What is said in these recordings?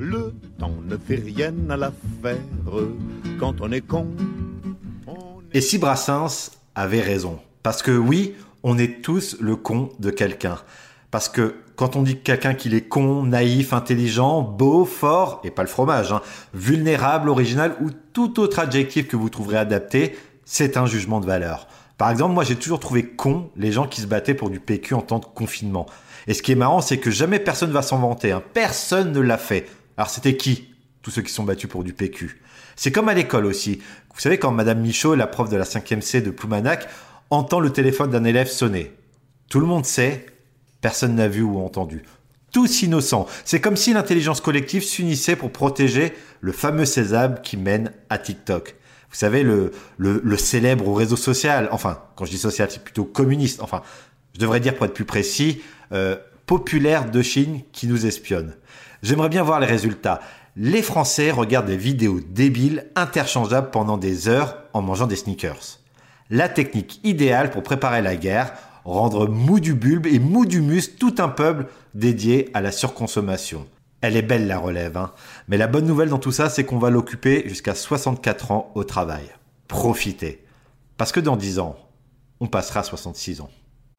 Le temps ne fait rien à l'affaire. Quand on est con, Et si Brassens avait raison? Parce que oui, on est tous le con de quelqu'un. Parce que quand on dit que quelqu'un qu'il est con, naïf, intelligent, beau, fort, et pas le fromage, vulnérable, original ou tout autre adjectif que vous trouverez adapté, c'est un jugement de valeur. Par exemple, moi j'ai toujours trouvé con les gens qui se battaient pour du PQ en temps de confinement. Et ce qui est marrant, c'est que jamais personne va s'en vanter. Personne ne l'a fait. Alors c'était qui? Tous ceux qui sont battus pour du PQ. C'est comme à l'école aussi. Vous savez, quand Madame Michaud, la prof de la 5e C de Ploumanac, entend le téléphone d'un élève sonner. Tout le monde sait, personne n'a vu ou entendu. Tous innocents. C'est comme si l'intelligence collective s'unissait pour protéger le fameux sésame qui mène à TikTok. Vous savez, le célèbre réseau social. Enfin, quand je dis social, c'est plutôt communiste. Enfin, je devrais dire, pour être plus précis, populaire de Chine qui nous espionne. J'aimerais bien voir les résultats. Les Français regardent des vidéos débiles interchangeables pendant des heures en mangeant des sneakers. La technique idéale pour préparer la guerre, rendre mou du bulbe et mou du muscle tout un peuple dédié à la surconsommation. Elle est belle la relève, mais la bonne nouvelle dans tout ça, c'est qu'on va l'occuper jusqu'à 64 ans au travail. Profitez. Parce que dans 10 ans, on passera à 66 ans.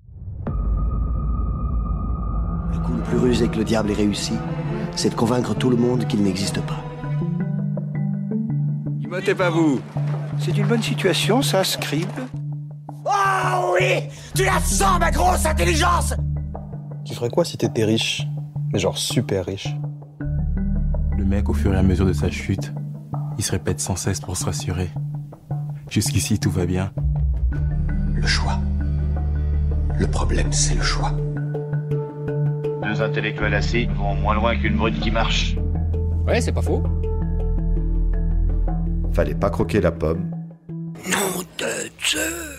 Le coup le plus rusé que le diable ait réussi, c'est de convaincre tout le monde qu'il n'existe pas. Votez pas vous. C'est une bonne situation, ça, Scribe. Oh oui! Tu la sens, ma grosse intelligence! Tu ferais quoi si t'étais riche? Mais genre super riche. Le mec, au fur et à mesure de sa chute, il se répète sans cesse pour se rassurer. Jusqu'ici, tout va bien. Le choix. Le problème, c'est le choix. Deux intellectuels assis vont moins loin qu'une brute qui marche. Ouais, c'est pas faux. Fallait pas croquer la pomme. Nom de Dieu!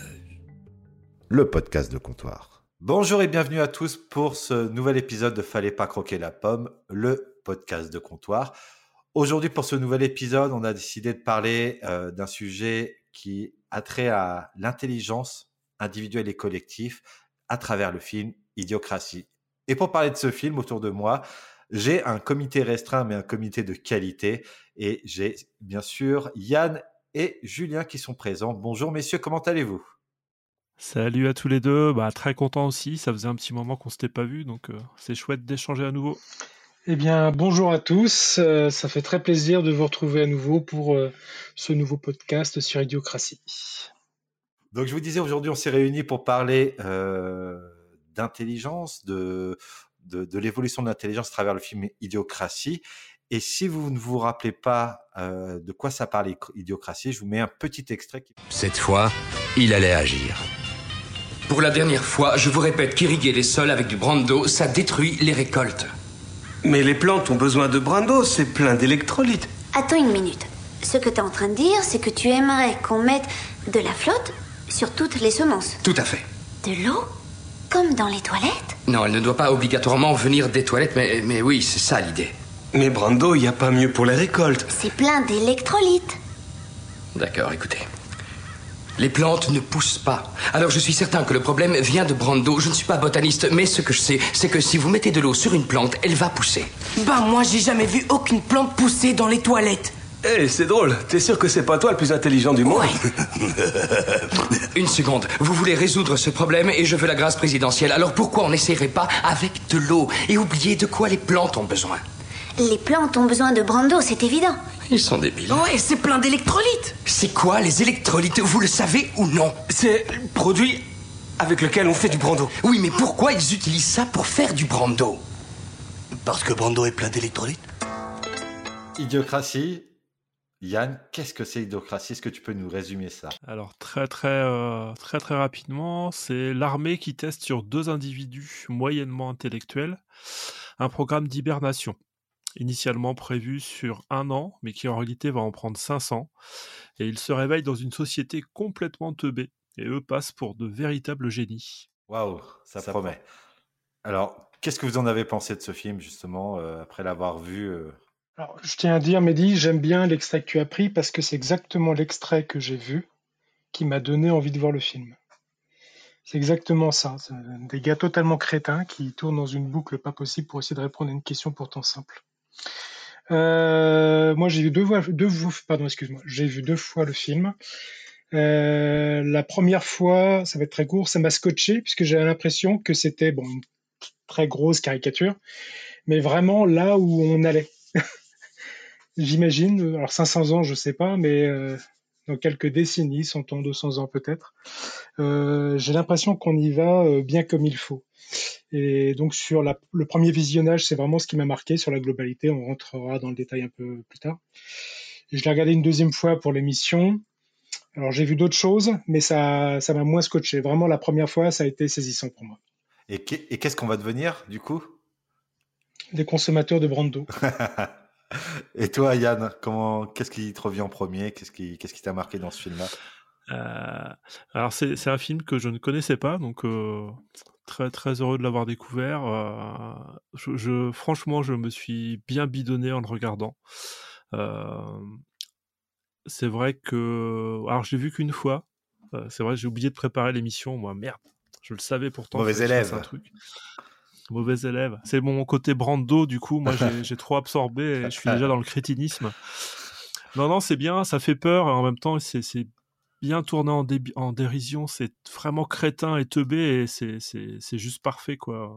Le podcast de comptoir. Bonjour et bienvenue à tous pour ce nouvel épisode de Fallait pas croquer la pomme, le podcast de comptoir. Aujourd'hui, pour ce nouvel épisode, on a décidé de parler d'un sujet qui a trait à l'intelligence individuelle et collective à travers le film Idiocratie. Et pour parler de ce film, autour de moi, j'ai un comité restreint, mais un comité de qualité. Et j'ai bien sûr Yann et Julien qui sont présents. Bonjour messieurs, comment allez-vous ? Salut à tous les deux, très content aussi, ça faisait un petit moment qu'on s'était pas vu, donc c'est chouette d'échanger à nouveau. Eh bien, bonjour à tous, ça fait très plaisir de vous retrouver à nouveau pour ce nouveau podcast sur Idiocratie. Donc je vous disais, aujourd'hui on s'est réunis pour parler d'intelligence, de l'évolution de l'intelligence à travers le film Idiocratie. Et si vous ne vous rappelez pas de quoi ça parle Idiocratie, je vous mets un petit extrait. Cette fois, il allait agir. Pour la dernière fois, je vous répète qu'irriguer les sols avec du brando, ça détruit les récoltes. Mais les plantes ont besoin de brando, c'est plein d'électrolytes. Attends une minute. Ce que t'es en train de dire, c'est que tu aimerais qu'on mette de la flotte sur toutes les semences. Tout à fait. De l'eau ? Comme dans les toilettes ? Non, elle ne doit pas obligatoirement venir des toilettes, mais oui, c'est ça l'idée. Mais brando, il n'y a pas mieux pour les récoltes. C'est plein d'électrolytes. D'accord, écoutez. Les plantes ne poussent pas. Alors je suis certain que le problème vient de brando. Je ne suis pas botaniste, mais ce que je sais, c'est que si vous mettez de l'eau sur une plante, elle va pousser. Moi, j'ai jamais vu aucune plante pousser dans les toilettes. Hé, c'est drôle. T'es sûr que c'est pas toi le plus intelligent du monde ? Ouais. Une seconde. Vous voulez résoudre ce problème et je veux la grâce présidentielle. Alors pourquoi on n'essayerait pas avec de l'eau et oublier de quoi les plantes ont besoin ? Les plantes ont besoin de brando, c'est évident. Ils sont débiles. Ouais, c'est plein d'électrolytes. C'est quoi les électrolytes ? Vous le savez ou non ? C'est le produit avec lequel on fait du brando. Oui, mais pourquoi ils utilisent ça pour faire du brando ? Parce que brando est plein d'électrolytes. Idiocratie. Yann, qu'est-ce que c'est Idiocratie ? Est-ce que tu peux nous résumer ça ? Alors très rapidement, c'est l'armée qui teste sur 2 individus moyennement intellectuels un programme d'hibernation. Initialement prévu sur 1 an, mais qui en réalité va en prendre 500. Et ils se réveillent dans une société complètement teubée. Et eux passent pour de véritables génies. Waouh, ça promet. Alors, qu'est-ce que vous en avez pensé de ce film, justement, après l'avoir vu Alors, je tiens à dire, Mehdi, j'aime bien l'extrait que tu as pris parce que c'est exactement l'extrait que j'ai vu qui m'a donné envie de voir le film. C'est exactement ça. C'est des gars totalement crétins qui tournent dans une boucle pas possible pour essayer de répondre à une question pourtant simple. Moi, j'ai vu j'ai vu 2 fois le film. La première fois, ça va être très court, ça m'a scotché puisque j'avais l'impression que c'était une très grosse caricature, mais vraiment là où on allait. J'imagine, alors 500 ans, je sais pas, mais dans quelques décennies, 100 ans, 200 ans peut-être, j'ai l'impression qu'on y va bien comme il faut. Et donc sur le premier visionnage, c'est vraiment ce qui m'a marqué sur la globalité. On rentrera dans le détail un peu plus tard. Et je l'ai regardé une deuxième fois pour l'émission. Alors j'ai vu d'autres choses, mais ça m'a moins scotché. Vraiment, la première fois, ça a été saisissant pour moi. Et qu'est-ce qu'on va devenir, du coup? Des consommateurs de Brando. Et toi, Yann, qu'est-ce qui te revient en premier? Qu'est-ce qui t'a marqué dans ce film-là? Alors c'est un film que je ne connaissais pas, donc très très heureux de l'avoir découvert. Franchement, je me suis bien bidonné en le regardant. C'est vrai que, alors j'ai vu qu'une fois. C'est vrai, j'ai oublié de préparer l'émission. Moi, merde, je le savais pourtant. Mauvais élève. Un truc. Mauvais élève. C'est mon côté Brando, du coup. Moi, j'ai trop absorbé et je suis déjà dans le crétinisme. Non, c'est bien, ça fait peur et en même temps, c'est bien tourné en dérision. C'est vraiment crétin et teubé et c'est juste parfait, quoi.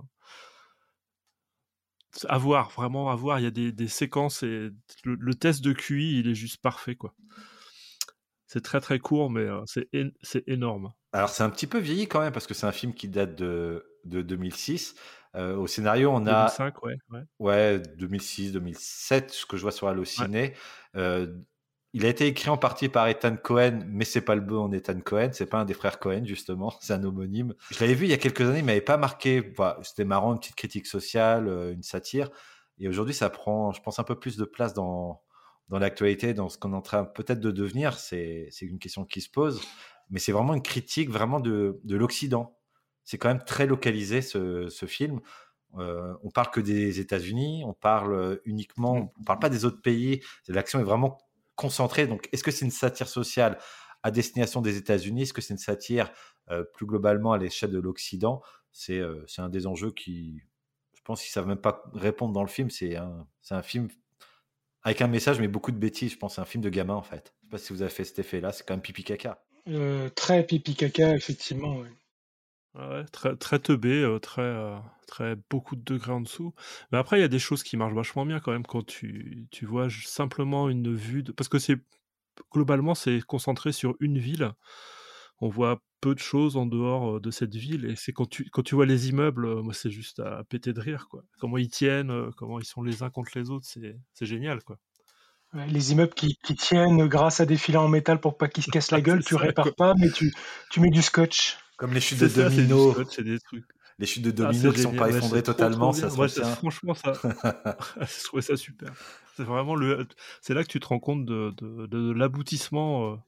À voir, vraiment à voir. Il y a des séquences et le test de QI, il est juste parfait, quoi. C'est très très court, mais c'est énorme. Alors c'est un petit peu vieilli quand même parce que c'est un film qui date de 2006. Au scénario, on a 2005, ouais 2006, 2007, ce que je vois sur Allociné. Ouais. Il a été écrit en partie par Ethan Cohen, mais c'est pas le bon Ethan Cohen, c'est pas un des frères Cohen justement, c'est un homonyme. Je l'avais vu il y a quelques années, il m'avait pas marqué. Voilà, c'était marrant, une petite critique sociale, une satire. Et aujourd'hui, ça prend, je pense, un peu plus de place dans l'actualité, dans ce qu'on est en train peut-être de devenir. C'est une question qui se pose, mais c'est vraiment une critique vraiment de l'Occident. C'est quand même très localisé ce film. On parle que des États-Unis, on parle uniquement, on parle pas des autres pays. L'action est vraiment concentrée. Donc, est-ce que c'est une satire sociale à destination des États-Unis? Est-ce que c'est une satire plus globalement à l'échelle de l'Occident? C'est un des enjeux qui, je pense qu'ils savent même pas répondre dans le film. C'est un film avec un message, mais beaucoup de bêtises. Je pense que c'est un film de gamin, en fait. Je sais pas si vous avez fait cet effet-là. C'est quand même pipi caca. Très pipi caca, effectivement. Ouais. Ouais, très teubé, très beaucoup de degrés en dessous. Mais après, il y a des choses qui marchent vachement bien quand même quand tu vois simplement une vue parce que globalement, c'est concentré sur une ville. On voit peu de choses en dehors de cette ville et c'est quand tu vois les immeubles, moi c'est juste à péter de rire, quoi. Comment ils tiennent, comment ils sont les uns contre les autres, c'est génial, quoi. Ouais, les immeubles qui tiennent grâce à des filets en métal pour pas qu'ils se cassent la gueule, tu répares pas, mais tu mets du scotch. Comme les chutes de domino. C'est des trucs. Les chutes de domino qui sont pas effondrées totalement, ça se retient. Franchement, ça, je trouvais ça super. C'est vraiment c'est là que tu te rends compte de l'aboutissement.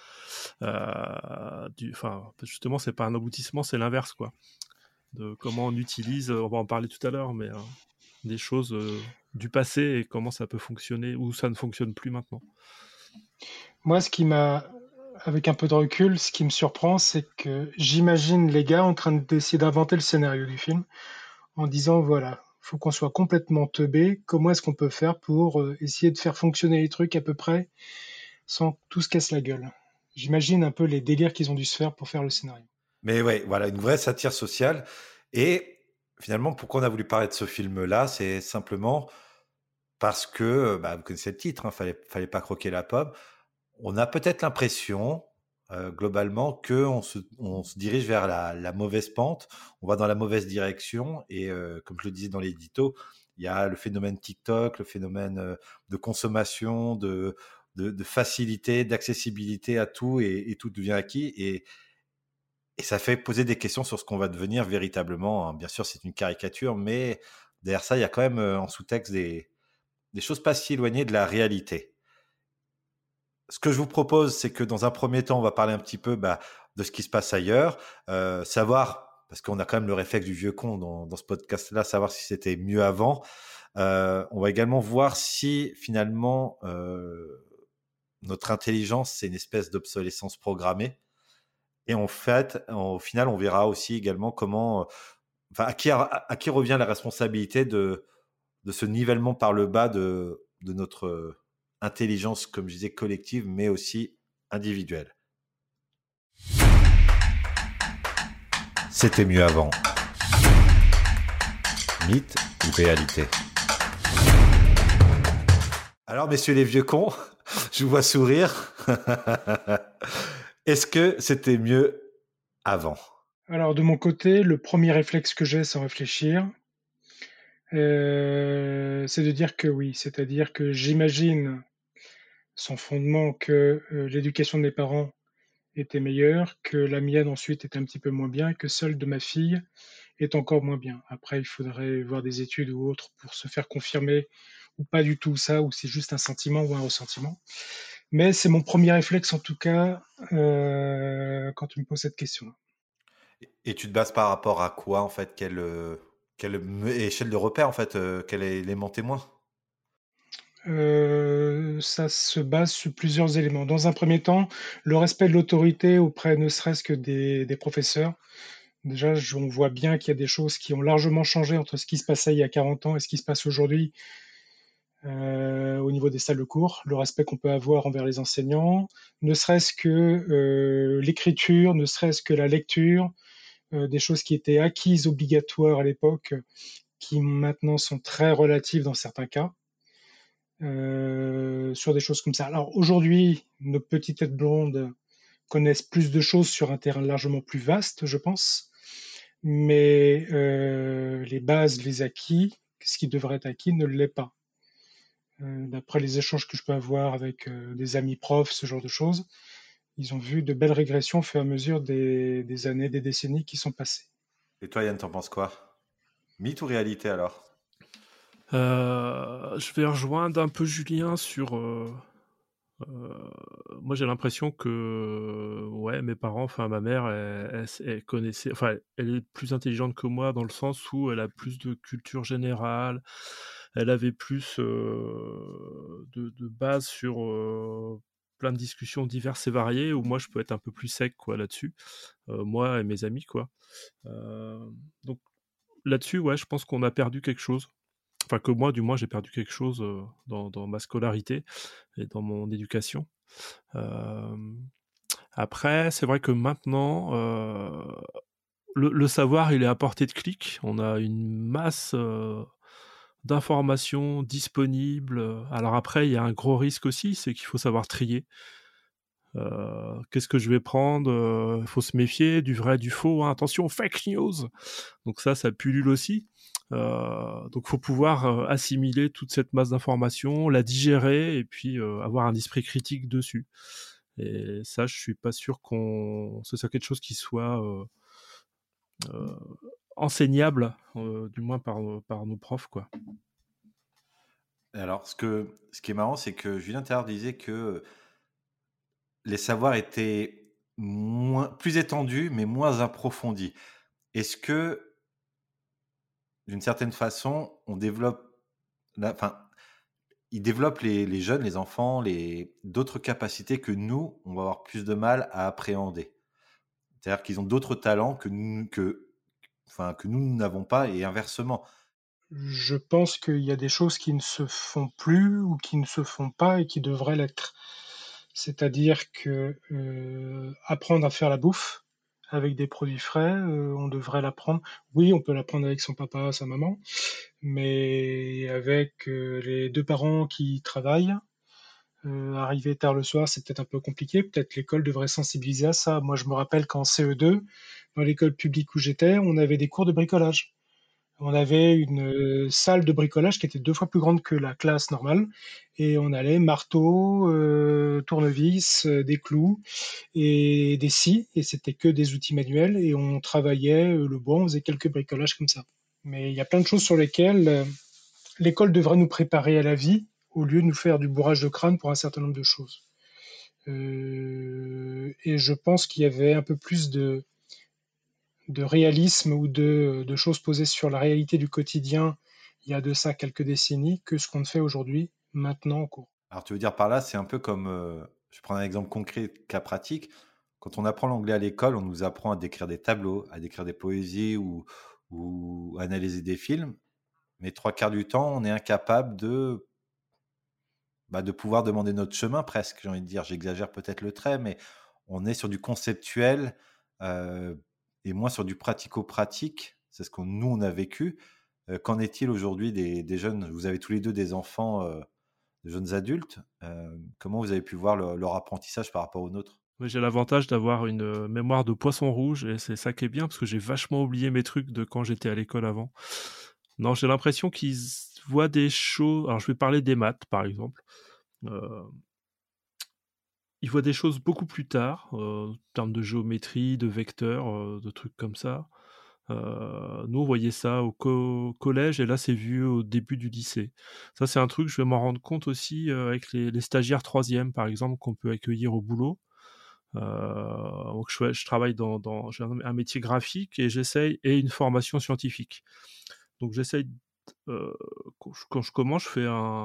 Justement, c'est pas un aboutissement, c'est l'inverse, quoi. De comment on utilise, on va en parler tout à l'heure, mais des choses du passé et comment ça peut fonctionner ou ça ne fonctionne plus maintenant. Moi, avec un peu de recul, ce qui me surprend, c'est que j'imagine les gars en train d'essayer d'inventer le scénario du film en disant, voilà, faut qu'on soit complètement teubé. Comment est-ce qu'on peut faire pour essayer de faire fonctionner les trucs à peu près sans que tout se casse la gueule? J'imagine un peu les délires qu'ils ont dû se faire pour faire le scénario. Mais ouais, voilà, une vraie satire sociale. Et finalement, pourquoi on a voulu parler de ce film-là? C'est simplement parce que, vous connaissez le titre, hein, fallait pas croquer la pomme. On a peut-être l'impression, globalement, qu'on se dirige vers la mauvaise pente, on va dans la mauvaise direction, et comme je le disais dans l'édito, il y a le phénomène TikTok, le phénomène de consommation, de facilité, d'accessibilité à tout, et tout devient acquis, et ça fait poser des questions sur ce qu'on va devenir véritablement, hein. Bien sûr, c'est une caricature, mais derrière ça, il y a quand même en sous-texte des choses pas si éloignées de la réalité. Ce que je vous propose, c'est que dans un premier temps, on va parler un petit peu de ce qui se passe ailleurs, savoir, parce qu'on a quand même le réflexe du vieux con dans ce podcast-là, savoir si c'était mieux avant. On va également voir si finalement notre intelligence, c'est une espèce d'obsolescence programmée. Et en fait, au final, on verra aussi également comment, à qui revient la responsabilité de ce nivellement par le bas de de notre intelligence, comme je disais, collective, mais aussi individuelle. C'était mieux avant. Mythe ou réalité? Alors, messieurs les vieux cons, je vous vois sourire. Est-ce que c'était mieux avant? Alors, de mon côté, le premier réflexe que j'ai sans réfléchir, c'est de dire que oui. C'est-à-dire que j'imagine, sans fondement, que l'éducation de mes parents était meilleure, que la mienne ensuite était un petit peu moins bien, et que celle de ma fille est encore moins bien. Après, il faudrait voir des études ou autres pour se faire confirmer ou pas du tout ça, ou c'est juste un sentiment ou un ressentiment. Mais c'est mon premier réflexe en tout cas quand tu me poses cette question. Et tu te bases par rapport à quoi, en fait? Quelle échelle de repère, en fait? Quel élément témoin? Ça se base sur plusieurs éléments. Dans un premier temps, le respect de l'autorité auprès ne serait-ce que des professeurs. Déjà, on voit bien qu'il y a des choses qui ont largement changé entre ce qui se passait il y a 40 ans et ce qui se passe aujourd'hui au niveau des salles de cours, le respect qu'on peut avoir envers les enseignants, ne serait-ce que l'écriture, ne serait-ce que la lecture, des choses qui étaient acquises obligatoires à l'époque, qui maintenant sont très relatives dans certains cas. Sur des choses comme ça. Alors aujourd'hui, nos petites têtes blondes connaissent plus de choses sur un terrain largement plus vaste, je pense, mais les bases, les acquis, ce qui devrait être acquis, ne l'est pas. D'après les échanges que je peux avoir avec des amis profs, ce genre de choses, ils ont vu de belles régressions au fur et à mesure des années, des décennies qui sont passées. Et toi, Yann, t'en penses quoi? Mythe ou réalité, alors? Je vais rejoindre un peu Julien sur... moi, j'ai l'impression que ouais, mes parents, enfin ma mère, elle connaissait, enfin, elle est plus intelligente que moi dans le sens où elle a plus de culture générale, elle avait plus de base sur plein de discussions diverses et variées, où moi je peux être un peu plus sec quoi là-dessus, moi et mes amis quoi. Donc là-dessus, ouais, je pense qu'on a perdu quelque chose. Enfin, que moi, du moins, j'ai perdu quelque chose dans ma scolarité et dans mon éducation. Après, c'est vrai que maintenant, le savoir, il est à portée de clic. On a une masse d'informations disponibles. Alors après, il y a un gros risque aussi, c'est qu'il faut savoir trier. Qu'est-ce que je vais prendre? Il faut se méfier du vrai, du faux. Hein. Attention, fake news. Donc ça pullule aussi. Donc faut pouvoir assimiler toute cette masse d'informations, la digérer et puis avoir un esprit critique dessus. Et ça, je suis pas sûr ce soit quelque chose qui soit enseignable, du moins par nos profs, quoi. Alors, ce qui est marrant, c'est que Julien Théard disait que les savoirs étaient plus étendus, mais moins approfondis. Est-ce que, d'une certaine façon, ils développent les jeunes, les enfants, d'autres capacités que nous, on va avoir plus de mal à appréhender. C'est-à-dire qu'ils ont d'autres talents que nous n'avons pas, et inversement. Je pense qu'il y a des choses qui ne se font plus ou qui ne se font pas et qui devraient l'être. C'est-à-dire que apprendre à faire la bouffe avec des produits frais, on devrait l'apprendre. Oui, on peut l'apprendre avec son papa, sa maman, mais avec les deux parents qui travaillent, arriver tard le soir, c'est peut-être un peu compliqué. Peut-être l'école devrait sensibiliser à ça. Moi, je me rappelle qu'en CE2, dans l'école publique où j'étais, on avait des cours de bricolage. On avait une salle de bricolage qui était 2 fois plus grande que la classe normale et on allait marteau, tournevis, des clous et des scies et c'était que des outils manuels et on travaillait le bois, on faisait quelques bricolages comme ça. Mais il y a plein de choses sur lesquelles l'école devrait nous préparer à la vie au lieu de nous faire du bourrage de crâne pour un certain nombre de choses. Et je pense qu'il y avait un peu plus de réalisme ou de choses posées sur la réalité du quotidien il y a de ça quelques décennies que ce qu'on fait aujourd'hui, maintenant en cours. Alors, tu veux dire par là, c'est un peu comme, je prends un exemple concret, cas pratique. Quand on apprend l'anglais à l'école, on nous apprend à décrire des tableaux, à décrire des poésies ou analyser des films. Mais 3 quarts du temps, on est incapable de de pouvoir demander notre chemin presque, j'ai envie de dire. J'exagère peut-être le trait, mais on est sur du conceptuel et moins sur du pratico-pratique. C'est ce que nous, on a vécu. Qu'en est-il aujourd'hui des jeunes? Vous avez tous les deux des enfants, de jeunes adultes. Comment vous avez pu voir leur apprentissage par rapport au nôtre? Oui, j'ai l'avantage d'avoir une mémoire de poisson rouge et c'est ça qui est bien parce que j'ai vachement oublié mes trucs de quand j'étais à l'école avant. Non, j'ai l'impression qu'ils voient des choses. Alors, je vais parler des maths, par exemple. Ils voient des choses beaucoup plus tard, en termes de géométrie, de vecteurs, de trucs comme ça. Nous, on voyait ça au collège et là, c'est vu au début du lycée. Ça, c'est un truc, je vais m'en rendre compte aussi avec les stagiaires troisième, par exemple, qu'on peut accueillir au boulot. Donc je travaille j'ai un métier graphique et et une formation scientifique. Donc j'essaye quand je commence, je fais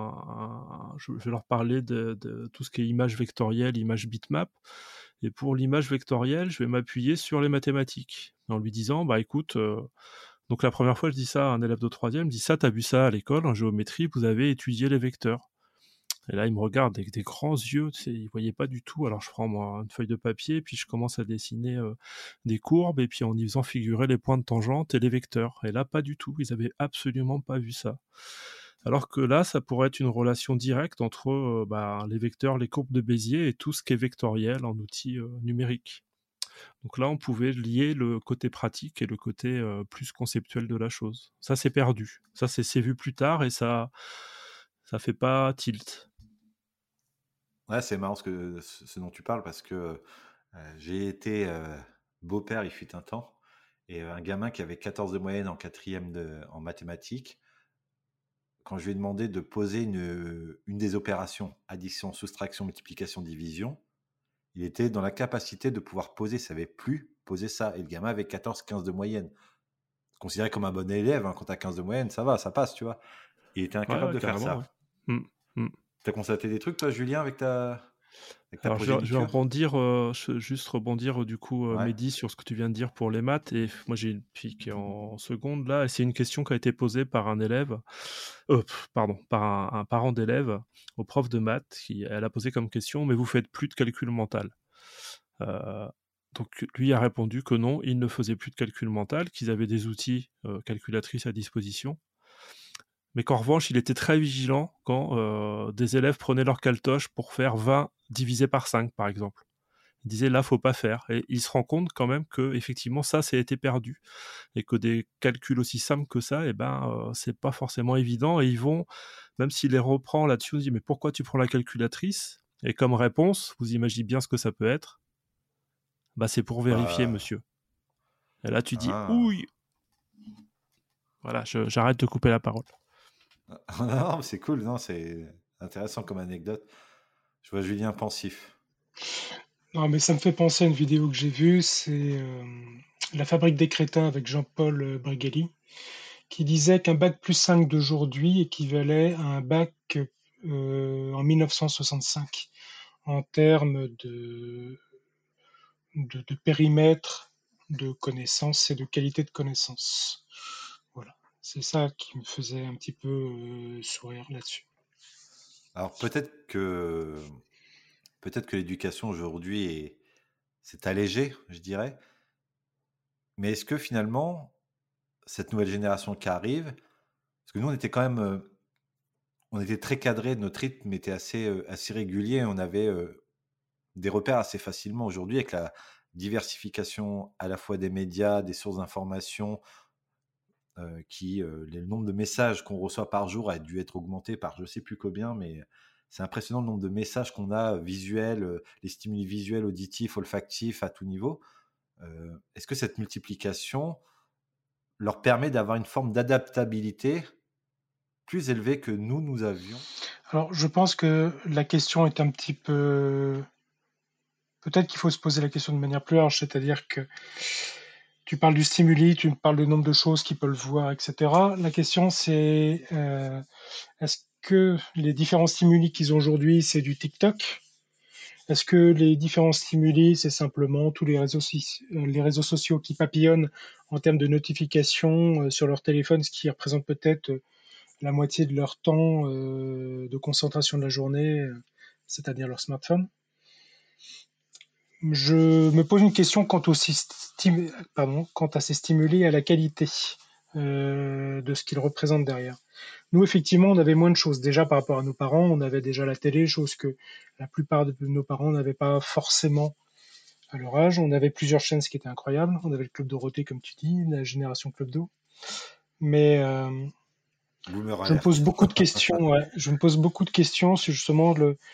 je vais leur parler de tout ce qui est image vectorielle, image bitmap. Et pour l'image vectorielle, je vais m'appuyer sur les mathématiques en lui disant, écoute, donc la première fois je dis ça à un élève de troisième, je dis ça, t'as vu ça à l'école en géométrie, vous avez étudié les vecteurs. Et là, il me regarde avec des grands yeux, il ne voyait pas du tout. Alors, je prends une feuille de papier, puis je commence à dessiner des courbes, et puis en y faisant figurer les points de tangente et les vecteurs. Et là, pas du tout. Ils n'avaient absolument pas vu ça. Alors que là, ça pourrait être une relation directe entre les vecteurs, les courbes de Bézier et tout ce qui est vectoriel en outils numériques. Donc là, on pouvait lier le côté pratique et le côté plus conceptuel de la chose. Ça, c'est perdu. Ça, c'est vu plus tard et ça fait pas tilt. Ouais, c'est marrant ce dont tu parles parce que j'ai été beau-père, il fut un temps, et un gamin qui avait 14 de moyenne en 4e en mathématiques, quand je lui ai demandé de poser une des opérations, addition, soustraction, multiplication, division, il était dans la capacité de pouvoir poser, il ne savait plus poser ça. Et le gamin avait 14-15 de moyenne. Considéré comme un bon élève, hein, quand tu as 15 de moyenne, ça va, ça passe, tu vois. Il était incapable de faire ça. Ouais. T'as constaté des trucs, toi, Julien, avec ta Alors, je vais rebondir, juste rebondir du coup, Mehdi, sur ce que tu viens de dire pour les maths. Et moi, j'ai une fille qui est en seconde là, et c'est une question qui a été posée par un élève, par un parent d'élève au prof de maths. Elle a posé comme question, mais vous faites plus de calcul mental. Donc lui a répondu que non, il ne faisait plus de calcul mental, qu'ils avaient des outils calculatrices à disposition. Mais qu'en revanche, il était très vigilant quand des élèves prenaient leur caltoche pour faire 20 divisé par 5, par exemple. Il disait là, faut pas faire. Et il se rend compte quand même que effectivement ça a été perdu. Et que des calculs aussi simples que ça, c'est pas forcément évident. Et ils vont, même s'il les reprend là-dessus, on dit mais pourquoi tu prends la calculatrice? Et comme réponse, vous imaginez bien ce que ça peut être. C'est pour vérifier, monsieur. Et là, tu dis ouille. Voilà, j'arrête de couper la parole. Non, c'est cool, non, c'est intéressant comme anecdote. Je vois Julien pensif. Non, mais ça me fait penser à une vidéo que j'ai vue, c'est La fabrique des crétins avec Jean-Paul Bregelli, qui disait qu'un bac plus 5 d'aujourd'hui équivalait à un bac en 1965 en termes de périmètre de connaissances et de qualité de connaissances. Voilà. C'est ça qui me faisait un petit peu sourire là-dessus. Alors peut-être que l'éducation aujourd'hui s'est allégée, je dirais. Mais est-ce que finalement, cette nouvelle génération qui arrive, parce que nous on était quand même, on était très cadrés, notre rythme était assez régulier, on avait des repères assez facilement. Aujourd'hui, avec la diversification à la fois des médias, des sources d'information, le nombre de messages qu'on reçoit par jour a dû être augmenté par je ne sais plus combien, mais c'est impressionnant le nombre de messages qu'on a visuels, les stimuli visuels, auditifs, olfactifs à tout niveau. Est-ce que cette multiplication leur permet d'avoir une forme d'adaptabilité plus élevée que nous avions? Alors, je pense que la question est un petit peu... Peut-être qu'il faut se poser la question de manière plus large, c'est-à-dire que tu parles du stimuli, tu parles du nombre de choses qu'ils peuvent voir, etc. La question, c'est est-ce que les différents stimuli qu'ils ont aujourd'hui, c'est du TikTok? Est-ce que les différents stimuli, c'est simplement tous les réseaux sociaux qui papillonnent en termes de notifications sur leur téléphone, ce qui représente peut-être la moitié de leur temps de concentration de la journée, c'est-à-dire leur smartphone. Je me pose une question quant à ces stimuli et à la qualité de ce qu'ils représentent derrière. Nous, effectivement, on avait moins de choses. Déjà, par rapport à nos parents, on avait déjà la télé, chose que la plupart de nos parents n'avaient pas forcément à leur âge. On avait plusieurs chaînes, ce qui était incroyable. On avait le Club Dorothée, comme tu dis, la génération Club d'eau. Mais je me pose beaucoup de questions. Ouais. Je me pose beaucoup de questions sur justement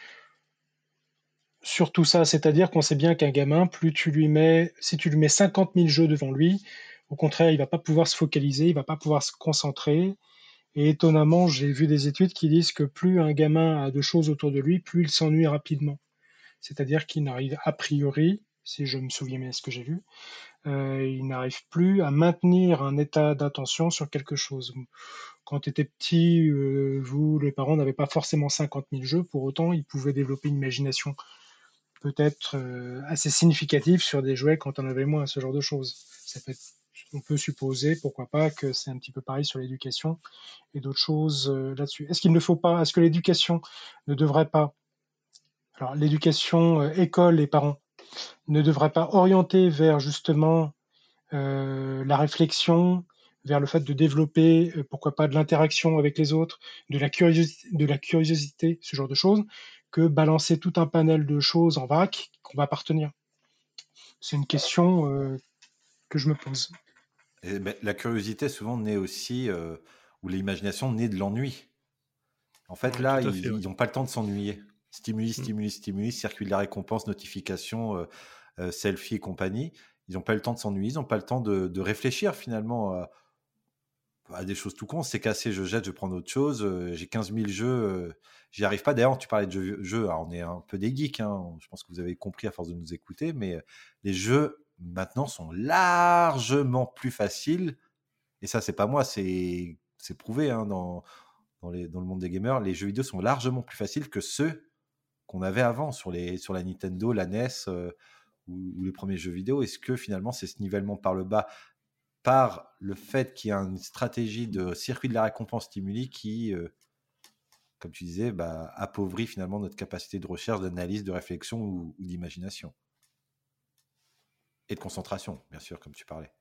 sur tout ça. C'est-à-dire qu'on sait bien qu'un gamin, si tu lui mets 50 000 jeux devant lui, au contraire, il va pas pouvoir se focaliser, il va pas pouvoir se concentrer. Et étonnamment, j'ai vu des études qui disent que plus un gamin a de choses autour de lui, plus il s'ennuie rapidement. C'est-à-dire qu'il n'arrive a priori, si je me souviens bien de ce que j'ai vu, il n'arrive plus à maintenir un état d'attention sur quelque chose. Quand tu étais petit, vous, les parents, n'avaient pas forcément 50 000 jeux, pour autant, ils pouvaient développer une imagination peut-être assez significative sur des jouets quand on avait moins, ce genre de choses. On peut supposer, pourquoi pas, que c'est un petit peu pareil sur l'éducation et d'autres choses là-dessus. Est-ce que l'éducation ne devrait pas, alors l'éducation école et parents, ne devrait pas orienter vers justement la réflexion, vers le fait de développer, pourquoi pas, de l'interaction avec les autres, de la curiosité, ce genre de choses, que balancer tout un panel de choses en vrac qu'on va pas retenir. C'est une question que je me pose. Et la curiosité souvent naît aussi, ou l'imagination naît de l'ennui. En fait, Ouais, là, tout à fait, ils ouais. n'ont pas le temps de s'ennuyer. Stimuli, circuit de la récompense, notification, selfie et compagnie. Ils n'ont pas le temps de s'ennuyer, ils n'ont pas le temps de réfléchir finalement à des choses tout con. C'est cassé, je jette, je prends autre chose. J'ai 15 000 jeux, j'y arrive pas. D'ailleurs, tu parlais de jeux, alors on est un peu des geeks, hein, je pense que vous avez compris à force de nous écouter, mais les jeux maintenant sont largement plus faciles. Et ça, c'est pas moi, c'est prouvé hein, dans le monde des gamers. Les jeux vidéo sont largement plus faciles que ceux qu'on avait avant sur la Nintendo, la NES ou les premiers jeux vidéo. Est-ce que finalement, c'est ce nivellement par le bas, par le fait qu'il y a une stratégie de circuit de la récompense stimuli qui, comme tu disais, appauvrit finalement notre capacité de recherche, d'analyse, de réflexion ou d'imagination. Et de concentration, bien sûr, comme tu parlais.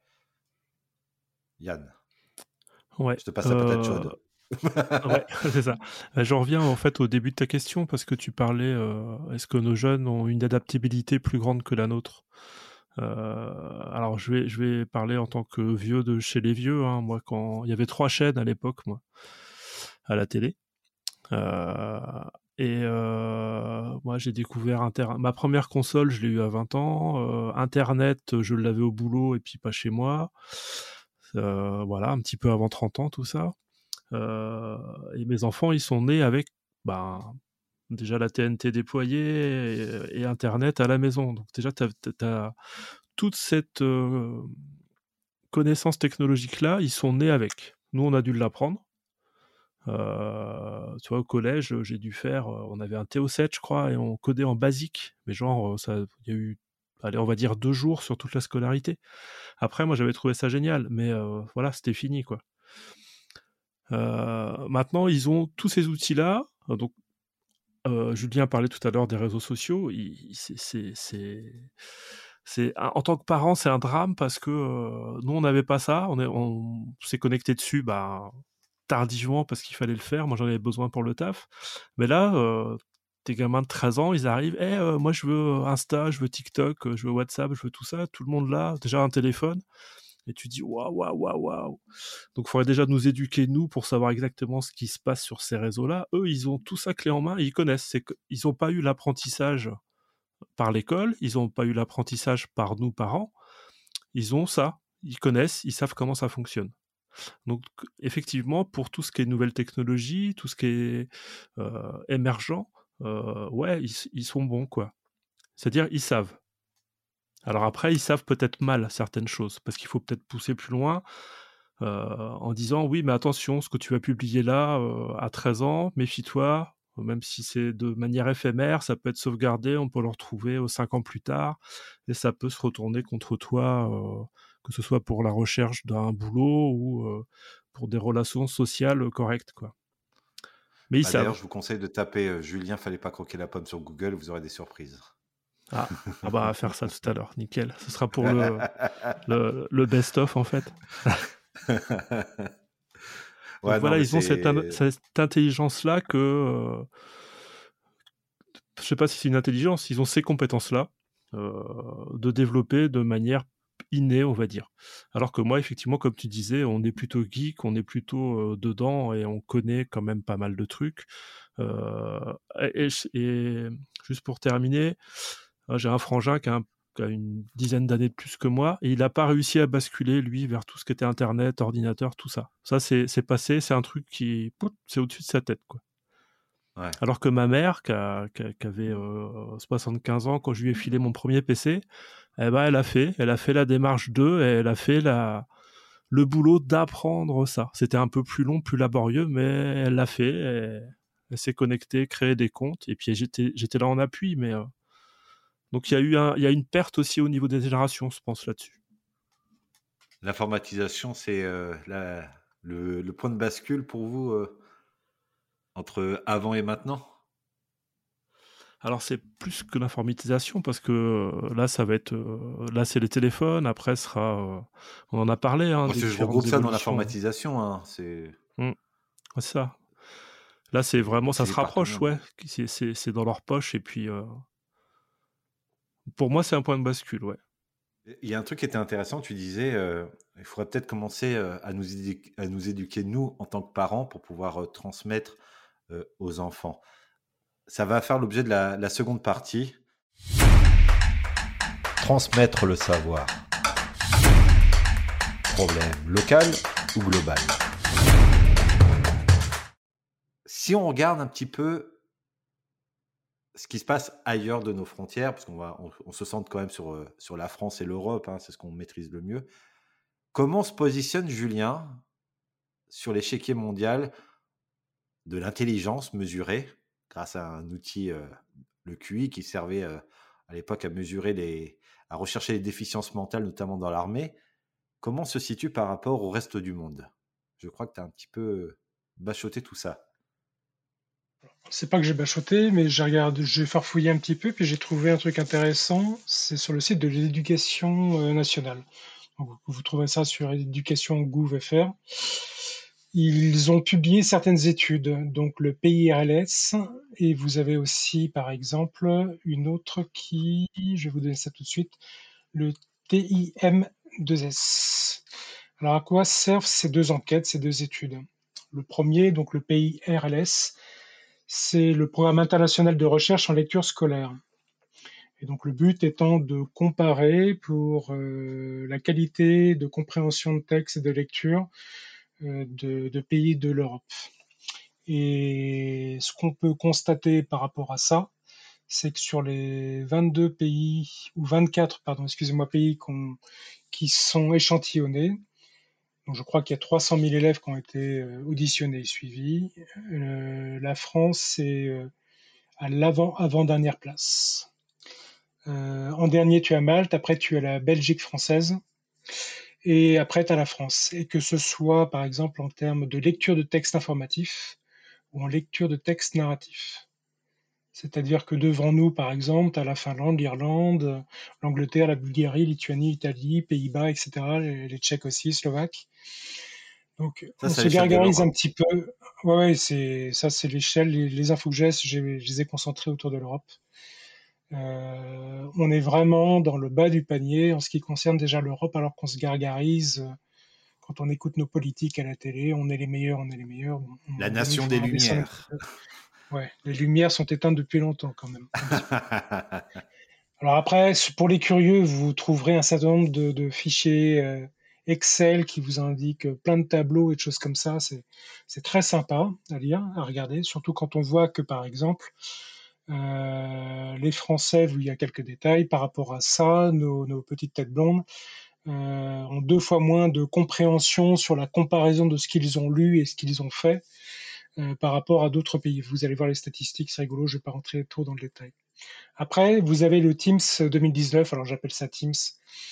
Yann. Ouais. Je te passe la patate chaude. Ouais, c'est ça. J'en reviens en fait au début de ta question parce que tu parlais, est-ce que nos jeunes ont une adaptabilité plus grande que la nôtre? Alors je vais parler en tant que vieux de chez les vieux. Hein. Moi, quand il y avait 3 chaînes à l'époque, moi, à la télé. Moi, j'ai découvert ma première console, je l'ai eu à 20 ans. Internet, je l'avais au boulot et puis pas chez moi. Voilà, un petit peu avant 30 ans, tout ça. Et mes enfants, ils sont nés avec déjà la TNT déployée et Internet à la maison. Donc déjà, t'as toute cette connaissance technologique-là, ils sont nés avec. Nous, on a dû l'apprendre. Tu vois, au collège, j'ai dû faire... on avait un TO7, je crois, et on codait en basique. Mais genre, il y a eu, allez, on va dire 2 jours sur toute la scolarité. Après, moi, j'avais trouvé ça génial. Mais voilà, c'était fini, quoi. Maintenant, ils ont tous ces outils-là. Donc, Julien parlait tout à l'heure des réseaux sociaux. En tant que parent, c'est un drame parce que nous, on n'avait pas ça. On s'est connecté dessus tardivement parce qu'il fallait le faire. Moi, j'en avais besoin pour le taf. Mais là, tes gamins de 13 ans, ils arrivent. Moi, je veux Insta, je veux TikTok, je veux WhatsApp, je veux tout ça. Tout le monde là, déjà un téléphone. Et tu dis waouh. Donc, il faudrait déjà nous éduquer, nous, pour savoir exactement ce qui se passe sur ces réseaux-là. Eux, ils ont tout ça clé en main et ils connaissent. Ils n'ont pas eu l'apprentissage par l'école, ils n'ont pas eu l'apprentissage par nous, parents. Ils ont ça. Ils connaissent, ils savent comment ça fonctionne. Donc, effectivement, pour tout ce qui est nouvelles technologies, tout ce qui est émergent, ouais, ils sont bons, quoi. C'est-à-dire, ils savent. Alors après, ils savent peut-être mal certaines choses, parce qu'il faut peut-être pousser plus loin en disant, oui, mais attention, ce que tu vas publier là, à 13 ans, méfie-toi, même si c'est de manière éphémère, ça peut être sauvegardé, on peut le retrouver 5 ans plus tard, et ça peut se retourner contre toi que ce soit pour la recherche d'un boulot ou pour des relations sociales correctes, quoi. Mais ils savent. D'ailleurs, je vous conseille de taper Julien, fallait pas croquer la pomme sur Google, vous aurez des surprises. Ah bah, on va faire ça tout à l'heure, nickel. Ce sera pour le best-of, en fait. Donc voilà, ils ont cette intelligence-là que... je sais pas si c'est une intelligence, ils ont ces compétences-là de développer de manière innée, on va dire. Alors que moi, effectivement, comme tu disais, on est plutôt geek, on est plutôt dedans et on connaît quand même pas mal de trucs. Et juste pour terminer, j'ai un frangin qui a une dizaine d'années de plus que moi et il n'a pas réussi à basculer, lui, vers tout ce qui était Internet, ordinateur, tout ça. Ça, c'est passé, c'est un truc qui... c'est au-dessus de sa tête, quoi. Ouais. Alors que ma mère, qui avait 75 ans, quand je lui ai filé mon premier PC, elle a fait la démarche 2 et elle a fait le boulot d'apprendre ça. C'était un peu plus long, plus laborieux, mais elle l'a fait. Elle s'est connectée, créé des comptes, et puis j'étais là en appui. Mais donc il y a une perte aussi au niveau des générations, je pense, là-dessus. L'informatisation, c'est le point de bascule pour vous entre avant et maintenant? Alors c'est plus que l'informatisation parce que là ça va être là c'est les téléphones, après on en a parlé, hein, je regroupe ça dans l'informatisation, hein, c'est ça. Là c'est vraiment, ça se rapproche, ouais, c'est dans leur poche et puis pour moi c'est un point de bascule, ouais. Il y a un truc qui était intéressant, tu disais il faudrait peut-être commencer à nous éduquer nous en tant que parents pour pouvoir transmettre aux enfants. Ça va faire l'objet de la seconde partie. Transmettre le savoir. Problème local ou global? Si on regarde un petit peu ce qui se passe ailleurs de nos frontières, parce on se centre quand même sur la France et l'Europe, hein, c'est ce qu'on maîtrise le mieux. Comment se positionne Julien sur l'échiquier mondial de l'intelligence mesurée grâce à un outil, le QI, qui servait à l'époque à rechercher les déficiences mentales, notamment dans l'armée? Comment se situe par rapport au reste du monde? Je crois que tu as un petit peu bachoté tout ça. C'est pas que j'ai bachoté, mais j'ai farfouillé un petit peu, puis j'ai trouvé un truc intéressant. C'est sur le site de l'éducation nationale. Donc, vous trouverez ça sur éducation.gouv.fr. Ils ont publié certaines études, donc le PIRLS, et vous avez aussi, par exemple, une autre je vais vous donner ça tout de suite, le TIM2S. Alors, à quoi servent ces deux enquêtes, ces deux études? Le premier, donc le PIRLS, c'est le programme international de recherche en lecture scolaire. Et donc le but étant de comparer pour la qualité de compréhension de texte et de lecture de pays de l'Europe. Et ce qu'on peut constater par rapport à ça, c'est que sur les 22 pays, ou 24, pardon, excusez-moi, pays qui sont échantillonnés, donc je crois qu'il y a 300 000 élèves qui ont été auditionnés et suivis, la France est à l'avant-dernière place. En dernier, tu as Malte, après tu as la Belgique française, et après tu as la France. Et que ce soit, par exemple, en termes de lecture de texte informatif ou en lecture de texte narratif. C'est-à-dire que devant nous, par exemple, tu as la Finlande, l'Irlande, l'Angleterre, la Bulgarie, Lituanie, Italie, Pays-Bas, etc., les Tchèques aussi, Slovaques. Donc, on se gargarise un petit peu. Ouais, c'est l'échelle. Les infos que je les ai concentrées autour de l'Europe. On est vraiment dans le bas du panier en ce qui concerne déjà l'Europe, alors qu'on se gargarise quand on écoute nos politiques à la télé. On est les meilleurs. La nation des Lumières. Ouais, les lumières sont éteintes depuis longtemps quand même. Alors après, pour les curieux, vous trouverez un certain nombre de fichiers Excel qui vous indiquent plein de tableaux et de choses comme ça. C'est très sympa à lire, à regarder, surtout quand on voit que, par exemple, les Français, il y a quelques détails par rapport à ça, nos petites têtes blondes ont 2 fois moins de compréhension sur la comparaison de ce qu'ils ont lu et ce qu'ils ont fait par rapport à d'autres pays. Vous allez voir les statistiques, c'est rigolo, je ne vais pas rentrer trop dans le détail. Après, vous avez le TIMSS 2019, alors j'appelle ça TIMSS.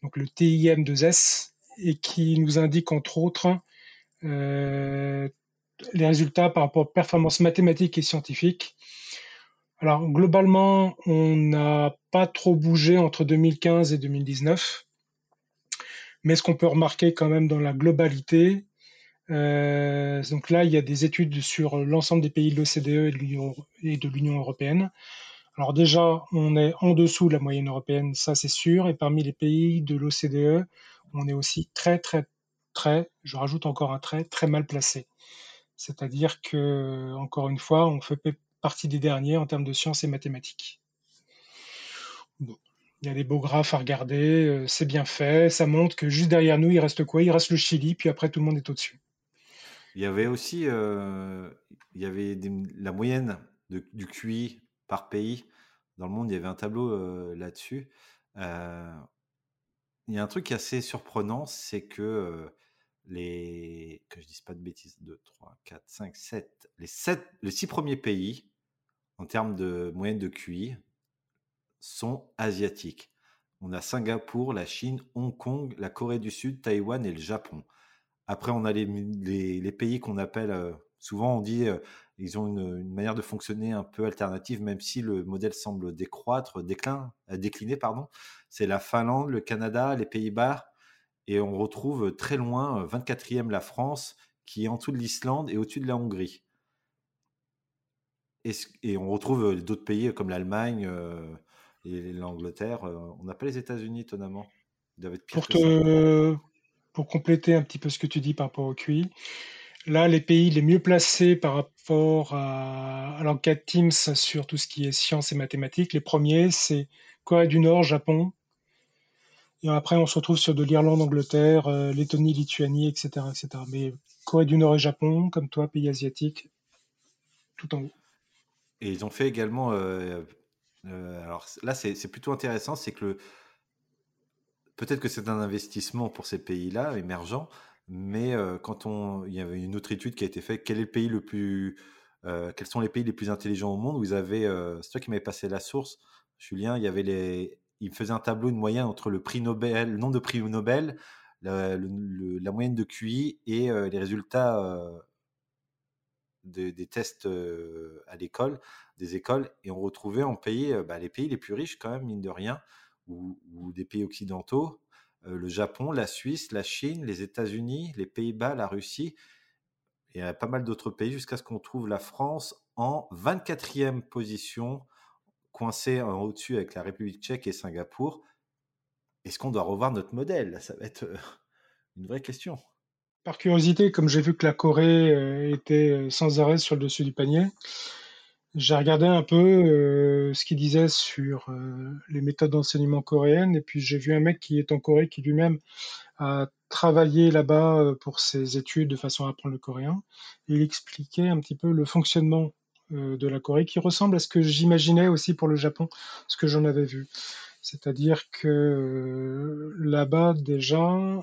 donc le TIM2S, et qui nous indique entre autres les résultats par rapport aux performances mathématiques et scientifiques. Alors globalement, on n'a pas trop bougé entre 2015 et 2019, mais ce qu'on peut remarquer quand même dans la globalité, donc là, il y a des études sur l'ensemble des pays de l'OCDE et de l'Union européenne. Alors déjà, on est en dessous de la moyenne européenne, ça c'est sûr, et parmi les pays de l'OCDE, on est aussi très, je rajoute encore un très mal placé. C'est-à-dire que, encore une fois, on fait partie des derniers en termes de sciences et mathématiques. Bon. Il y a des beaux graphes à regarder, c'est bien fait, ça montre que juste derrière nous, il reste quoi? Il reste le Chili, puis après tout le monde est au-dessus. Il y avait aussi la moyenne du QI par pays. Dans le monde, il y avait un tableau là-dessus. Il y a un truc assez surprenant, c'est que que je dise pas de bêtises, 2, 3, 4, 5, 7, les 6 premiers pays, en termes de moyenne de QI, sont asiatiques. On a Singapour, la Chine, Hong Kong, la Corée du Sud, Taïwan et le Japon. Après, on a les pays qu'on appelle, souvent on dit, ils ont une manière de fonctionner un peu alternative, même si le modèle semble décliner, pardon. C'est la Finlande, le Canada, les Pays-Bas, et on retrouve très loin, 24e la France, qui est en dessous de l'Islande et au-dessus de la Hongrie. Et on retrouve d'autres pays comme l'Allemagne et l'Angleterre. On n'a pas les États-Unis, étonnamment. Ils doivent être pire que ça. Pour compléter un petit peu ce que tu dis par rapport au QI, là, les pays les mieux placés par rapport à l'enquête Teams sur tout ce qui est sciences et mathématiques, les premiers, c'est Corée du Nord, Japon. Et après, on se retrouve sur de l'Irlande, Angleterre, Lettonie, Lituanie, etc., etc. Mais Corée du Nord et Japon, comme toi, pays asiatiques, tout en haut. Et ils ont fait également... alors là, c'est plutôt intéressant, c'est que peut-être que c'est un investissement pour ces pays-là, émergents, mais il y avait une autre étude qui a été faite, quels sont les pays les plus intelligents au monde, où c'est toi qui m'avais passé la source, Julien, il faisait un tableau, une moyenne entre le prix Nobel, le nombre de prix Nobel, la moyenne de QI et les résultats des tests à l'école, des écoles, et on retrouvait en pays, les pays les plus riches quand même, mine de rien, ou des pays occidentaux, le Japon, la Suisse, la Chine, les États-Unis, les Pays-Bas, la Russie, et pas mal d'autres pays, jusqu'à ce qu'on trouve la France en 24e position, coincée en au-dessus avec la République tchèque et Singapour. Est-ce qu'on doit revoir notre modèle? Ça va être une vraie question. Par curiosité, comme j'ai vu que la Corée était sans arrêt sur le dessus du panier, j'ai regardé un peu ce qu'il disait sur les méthodes d'enseignement coréennes, et puis j'ai vu un mec qui est en Corée, qui lui-même a travaillé là-bas pour ses études de façon à apprendre le coréen. Et il expliquait un petit peu le fonctionnement de la Corée, qui ressemble à ce que j'imaginais aussi pour le Japon, ce que j'en avais vu. C'est-à-dire que là-bas, déjà,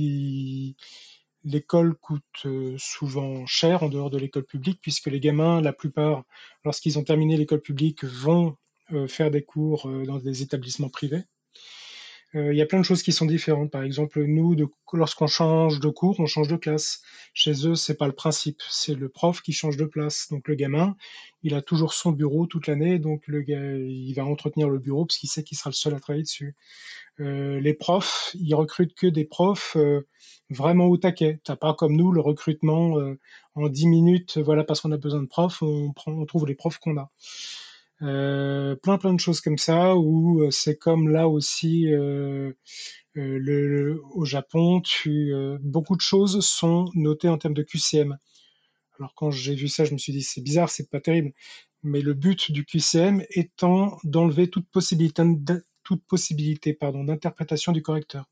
l'école coûte souvent cher en dehors de l'école publique, puisque les gamins, la plupart, lorsqu'ils ont terminé l'école publique, vont faire des cours dans des établissements privés. Il y a plein de choses qui sont différentes. Par exemple, nous, lorsqu'on change de cours, on change de classe. Chez eux, c'est pas le principe. C'est le prof qui change de place. Donc le gamin, il a toujours son bureau toute l'année, donc il va entretenir le bureau parce qu'il sait qu'il sera le seul à travailler dessus. Les profs, ils recrutent que des profs vraiment au taquet. T'as pas comme nous le recrutement en 10 minutes, voilà, parce qu'on a besoin de profs, on trouve les profs qu'on a. Plein de choses comme ça, où c'est comme là aussi au Japon, beaucoup de choses sont notées en termes de QCM. Alors quand j'ai vu ça, je me suis dit c'est bizarre, c'est pas terrible, mais le but du QCM étant d'enlever toute possibilité d'interprétation du correcteur.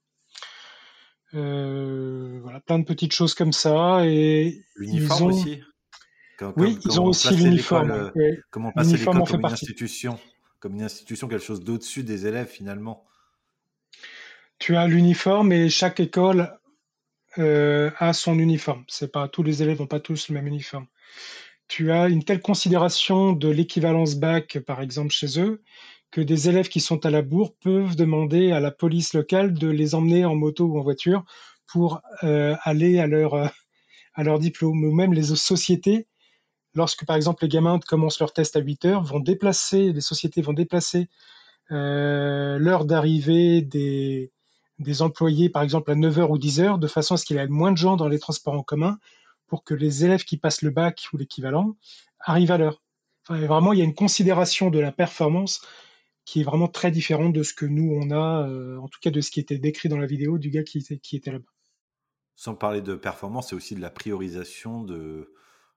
Voilà, plein de petites choses comme ça. Et l'uniforme aussi. Ils ont aussi l'uniforme. Comment passer l'école comme une institution, quelque chose d'au-dessus des élèves finalement. Tu as l'uniforme et chaque école a son uniforme. C'est pas, tous les élèves n'ont pas tous le même uniforme. tu as une telle considération de l'équivalence bac, par exemple, chez eux, que des élèves qui sont à la bourre peuvent demander à la police locale de les emmener en moto ou en voiture pour aller à leur diplôme. Ou même les sociétés, lorsque, par exemple, les gamins commencent leur test à 8 heures, les sociétés vont déplacer l'heure d'arrivée des employés, par exemple, à 9 heures ou 10 heures, de façon à ce qu'il y ait moins de gens dans les transports en commun pour que les élèves qui passent le bac ou l'équivalent arrivent à l'heure. Enfin, vraiment, il y a une considération de la performance qui est vraiment très différente de ce que nous, on a, en tout cas de ce qui était décrit dans la vidéo du gars qui était là-bas. Sans parler de performance, c'est aussi de la priorisation de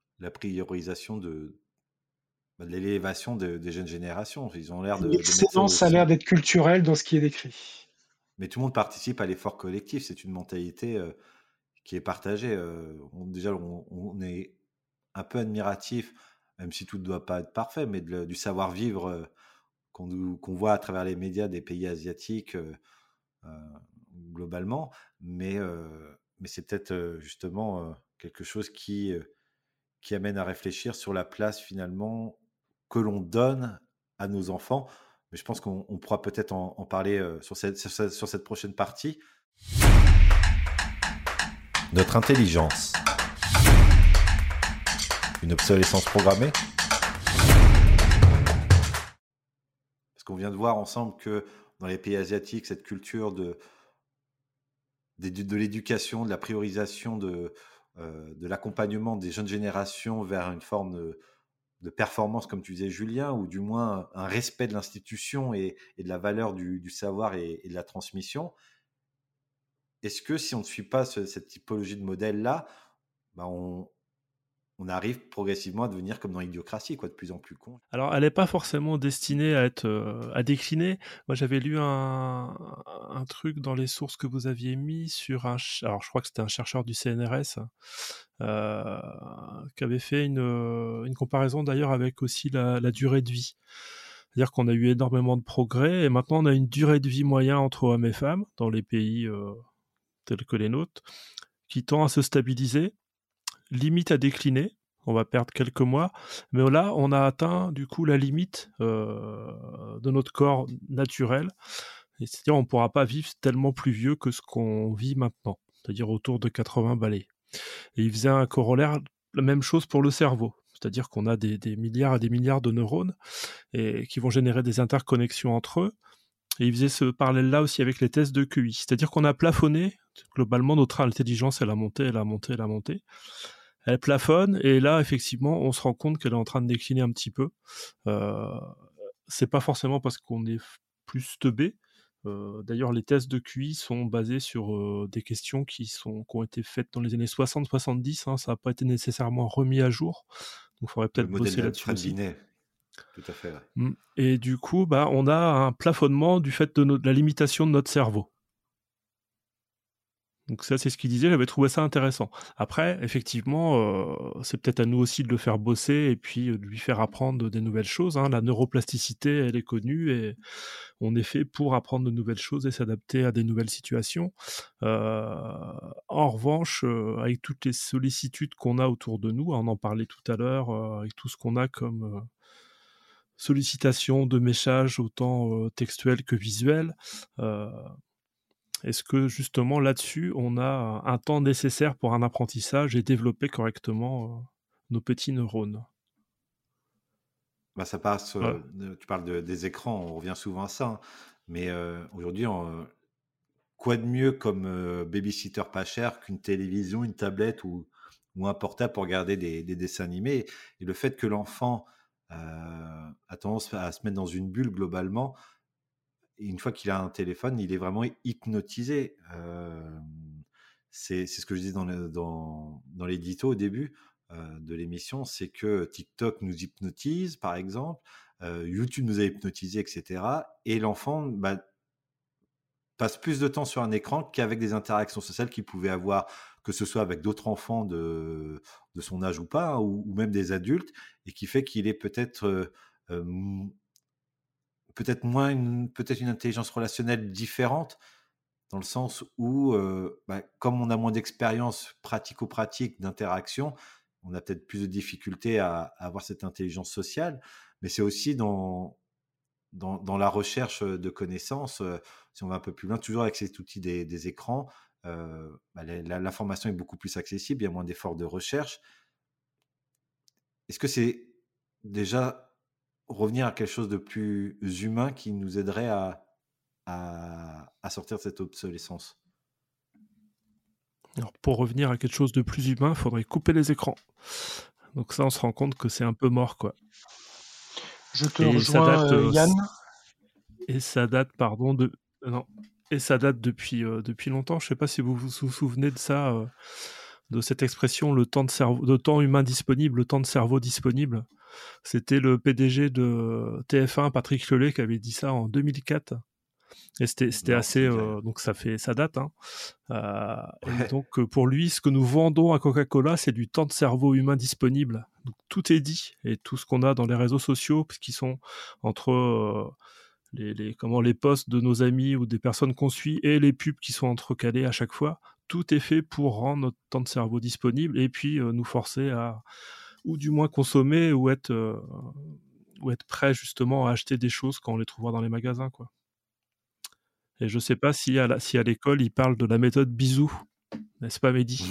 l'élévation des jeunes générations. Ils ont l'air de mettre ça L'excellence a l'air d'être culturelle dans ce qui est décrit. Mais tout le monde participe à l'effort collectif. C'est une mentalité qui est partagée. On est un peu admiratif, même si tout ne doit pas être parfait, mais du savoir-vivre qu'on voit à travers les médias des pays asiatiques globalement. Mais c'est peut-être justement quelque chose qui amène à réfléchir sur la place finalement que l'on donne à nos enfants. Mais je pense qu'on pourra peut-être en parler sur cette prochaine partie. Notre intelligence. Une obsolescence programmée. Parce qu'on vient de voir ensemble que dans les pays asiatiques, cette culture de l'éducation, de la priorisation, de l'accompagnement des jeunes générations vers une forme de performance, comme tu disais Julien, ou du moins un respect de l'institution et de la valeur du savoir et de la transmission. Est-ce que si on ne suit pas cette typologie de modèle-là, on arrive progressivement à devenir comme dans l'Idiocratie, de plus en plus con? Alors, elle n'est pas forcément destinée à décliner. Moi, j'avais lu un truc dans les sources que vous aviez mis sur alors je crois que c'était un chercheur du CNRS qui avait fait une comparaison d'ailleurs avec aussi la durée de vie. C'est-à-dire qu'on a eu énormément de progrès et maintenant on a une durée de vie moyenne entre hommes et femmes dans les pays tels que les nôtres qui tend à se stabiliser, limite à décliner. On va perdre quelques mois, mais là, on a atteint du coup la limite de notre corps naturel. C'est-à-dire, on ne pourra pas vivre tellement plus vieux que ce qu'on vit maintenant, c'est-à-dire autour de 80 balais. Et il faisait un corollaire, la même chose pour le cerveau. C'est-à-dire qu'on a des milliards et des milliards de neurones et qui vont générer des interconnexions entre eux. Et il faisait ce parallèle-là aussi avec les tests de QI. C'est-à-dire qu'on a plafonné, globalement, notre intelligence, elle a monté. Elle plafonne, et là, effectivement, on se rend compte qu'elle est en train de décliner un petit peu. C'est pas forcément parce qu'on est plus teubé. D'ailleurs, les tests de QI sont basés sur des questions qui ont été faites dans les années 60-70. Hein, ça n'a pas été nécessairement remis à jour. Donc, il faudrait peut-être bosser là-dessus aussi. Tout à fait. Ouais. Et du coup, on a un plafonnement du fait de la limitation de notre cerveau. Donc ça, c'est ce qu'il disait, j'avais trouvé ça intéressant. Après, effectivement, c'est peut-être à nous aussi de le faire bosser et puis de lui faire apprendre des nouvelles choses. Hein. La neuroplasticité, elle est connue et on est fait pour apprendre de nouvelles choses et s'adapter à des nouvelles situations. En revanche, avec toutes les sollicitudes qu'on a autour de nous, on en parlait tout à l'heure, avec tout ce qu'on a comme sollicitation de messages autant textuels que visuels, est-ce que justement là-dessus, on a un temps nécessaire pour un apprentissage et développer correctement nos petits neurones? Ça passe, tu parles des écrans, on revient souvent à ça, hein. Mais aujourd'hui, quoi de mieux comme babysitter pas cher qu'une télévision, une tablette ou un portable pour regarder des dessins animés. Et le fait que l'enfant a tendance à se mettre dans une bulle globalement, et une fois qu'il a un téléphone, il est vraiment hypnotisé. C'est ce que je disais dans l'édito au début de l'émission, c'est que TikTok nous hypnotise, par exemple, YouTube nous a hypnotisé, etc. Et l'enfant passe plus de temps sur un écran qu'avec des interactions sociales qu'il pouvait avoir, que ce soit avec d'autres enfants de son âge ou pas, hein, ou même des adultes, et qui fait qu'il est peut-être une intelligence relationnelle différente, dans le sens où, comme on a moins d'expérience pratico-pratique d'interaction, on a peut-être plus de difficultés à avoir cette intelligence sociale, mais c'est aussi dans la recherche de connaissances, si on va un peu plus loin, toujours avec cet outil des écrans, l'information est beaucoup plus accessible, il y a moins d'efforts de recherche. Est-ce que c'est déjà revenir à quelque chose de plus humain qui nous aiderait à sortir de cette obsolescence? Alors, pour revenir à quelque chose de plus humain, il faudrait couper les écrans. Donc ça, on se rend compte que c'est un peu mort, quoi. Je te rejoins, Yann. Et ça date, pardon, non. Et ça date depuis longtemps. Je ne sais pas si vous vous souvenez de ça, de cette expression, le temps humain disponible, le temps de cerveau disponible. C'était le PDG de TF1, Patrick Lelay, qui avait dit ça en 2004. Et c'était assez... donc ça date. Hein. Et donc pour lui, ce que nous vendons à Coca-Cola, c'est du temps de cerveau humain disponible. Donc tout est dit. Et tout ce qu'on a dans les réseaux sociaux, qui sont entre les posts de nos amis ou des personnes qu'on suit et les pubs qui sont entrecalées à chaque fois, tout est fait pour rendre notre temps de cerveau disponible et puis nous forcer à, ou du moins consommer ou être prêt justement à acheter des choses quand on les trouvera dans les magasins, quoi. Et je sais pas si à l'école, ils parlent de la méthode bisou. N'est-ce pas, Mehdi?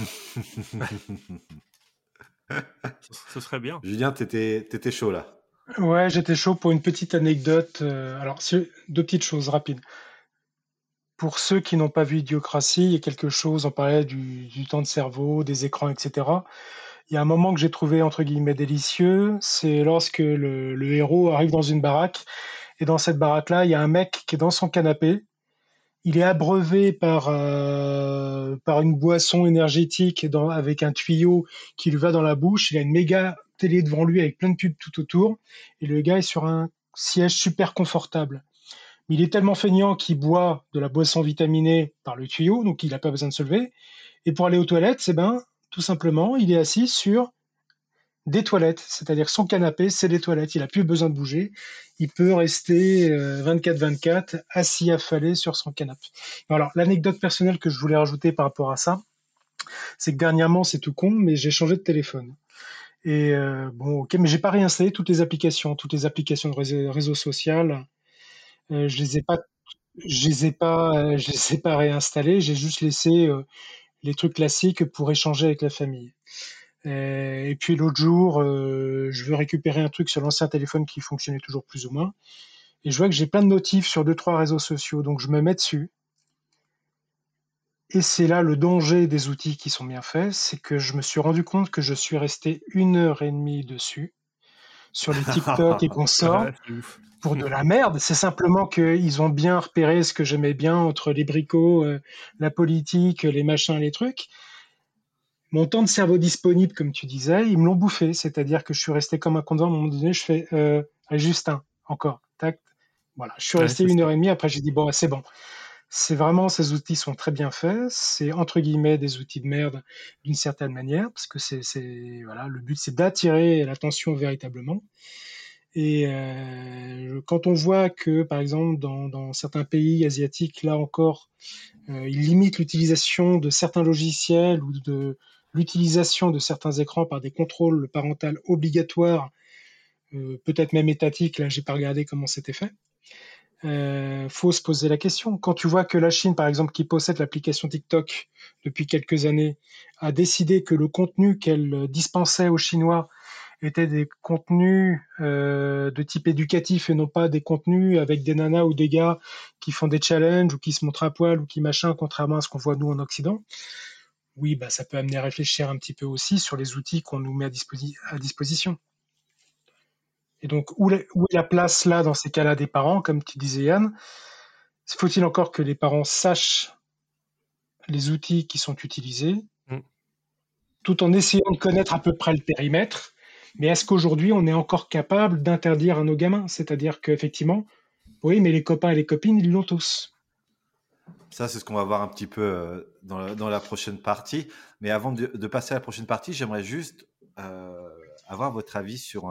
Ce serait bien. Julien, t'étais chaud, là. Ouais, j'étais chaud pour une petite anecdote. Alors, deux petites choses rapides. Pour ceux qui n'ont pas vu Idiocratie, il y a quelque chose, on parlait du temps de cerveau, des écrans, etc. Il y a un moment que j'ai trouvé, entre guillemets, délicieux, c'est lorsque le héros arrive dans une baraque, et dans cette baraque-là, il y a un mec qui est dans son canapé. Il est abreuvé par une boisson énergétique avec un tuyau qui lui va dans la bouche. Il a une méga télé devant lui avec plein de pubs tout autour. Et le gars est sur un siège super confortable. Mais il est tellement feignant qu'il boit de la boisson vitaminée par le tuyau, donc il n'a pas besoin de se lever. Et pour aller aux toilettes, tout simplement, il est assis sur des toilettes, c'est-à-dire son canapé, c'est des toilettes. Il n'a plus besoin de bouger. Il peut rester 24/24 assis affalé sur son canapé. Alors, l'anecdote personnelle que je voulais rajouter par rapport à ça, c'est que dernièrement, c'est tout con, mais j'ai changé de téléphone. Et ok, mais j'ai pas réinstallé toutes les applications de réseau social. Je les ai pas réinstallées. J'ai juste laissé les trucs classiques pour échanger avec la famille. Et puis l'autre jour, je veux récupérer un truc sur l'ancien téléphone qui fonctionnait toujours plus ou moins. Et je vois que j'ai plein de notifs sur 2-3 réseaux sociaux, donc je me mets dessus. Et c'est là le danger des outils qui sont bien faits, c'est que je me suis rendu compte que je suis resté 1h30 dessus, sur les TikTok et consorts, pour de la merde. C'est simplement qu'ils ont bien repéré ce que j'aimais bien entre les bricots, la politique, les machins, les trucs. Mon temps de cerveau disponible, comme tu disais, ils me l'ont bouffé. C'est-à-dire que je suis resté comme un con devant. À un moment donné, je fais Justin, encore, tac. Voilà, je suis resté 1h30. Après, j'ai dit, bon, c'est bon. C'est vraiment, ces outils sont très bien faits. C'est entre guillemets des outils de merde d'une certaine manière, parce que voilà, le but, c'est d'attirer l'attention véritablement. Et quand on voit que, par exemple, dans certains pays asiatiques, là encore, ils limitent l'utilisation de certains logiciels ou de l'utilisation de certains écrans par des contrôles parentaux obligatoires, peut-être même étatiques, là j'ai pas regardé comment c'était fait. Faut se poser la question. Quand tu vois que la Chine, par exemple, qui possède l'application TikTok depuis quelques années, a décidé que le contenu qu'elle dispensait aux Chinois étaient des contenus de type éducatif et non pas des contenus avec des nanas ou des gars qui font des challenges ou qui se montrent à poil ou qui machin, contrairement à ce qu'on voit nous en Occident. Oui, ça peut amener à réfléchir un petit peu aussi sur les outils qu'on nous met à disposition. Et donc, où est la place là, dans ces cas-là, des parents, comme tu disais Yann? Faut-il encore que les parents sachent les outils qui sont utilisés, tout en essayant de connaître à peu près le périmètre? Mais est-ce qu'aujourd'hui, on est encore capable d'interdire à nos gamins? C'est-à-dire qu'effectivement, oui, mais les copains et les copines, ils l'ont tous. Ça, c'est ce qu'on va voir un petit peu dans la prochaine partie. Mais avant de passer à la prochaine partie, j'aimerais juste avoir votre avis sur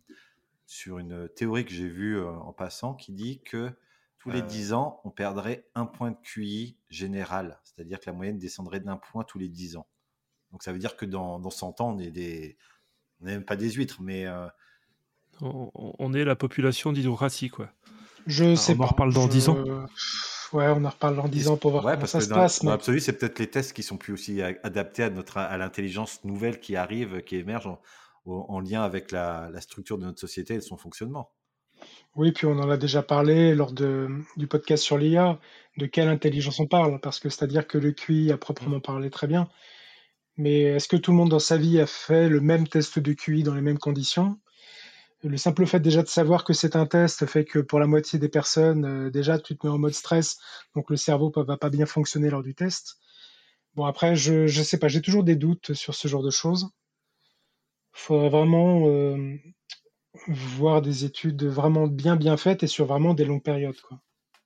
une théorie que j'ai vue en passant qui dit que tous les 10 ans, on perdrait 1 point de QI général. C'est-à-dire que la moyenne descendrait d'1 point tous les 10 ans. Donc ça veut dire que dans 100 ans, on n'est même pas des huîtres, mais... On est la population d'hydrocratie, quoi. Je sais On pas. en reparle dans 10 ans. Ouais, on en reparle dans 10 ans pour voir comment ça se passe. Dans l'absolu, c'est peut-être les tests qui sont plus aussi adaptés à l'intelligence nouvelle qui arrive, qui émerge en lien avec la structure de notre société et son fonctionnement. Oui, puis on en a déjà parlé lors du podcast sur l'IA, de quelle intelligence on parle, parce que c'est-à-dire que le QI a proprement parlé très bien, mais est-ce que tout le monde dans sa vie a fait le même test de QI dans les mêmes conditions? Le simple fait déjà de savoir que c'est un test fait que pour la moitié des personnes, déjà tu te mets en mode stress, donc le cerveau va pas bien fonctionner lors du test. Bon après, je sais pas, j'ai toujours des doutes sur ce genre de choses. Il faudrait vraiment voir des études vraiment bien faites et sur vraiment des longues périodes, quoi.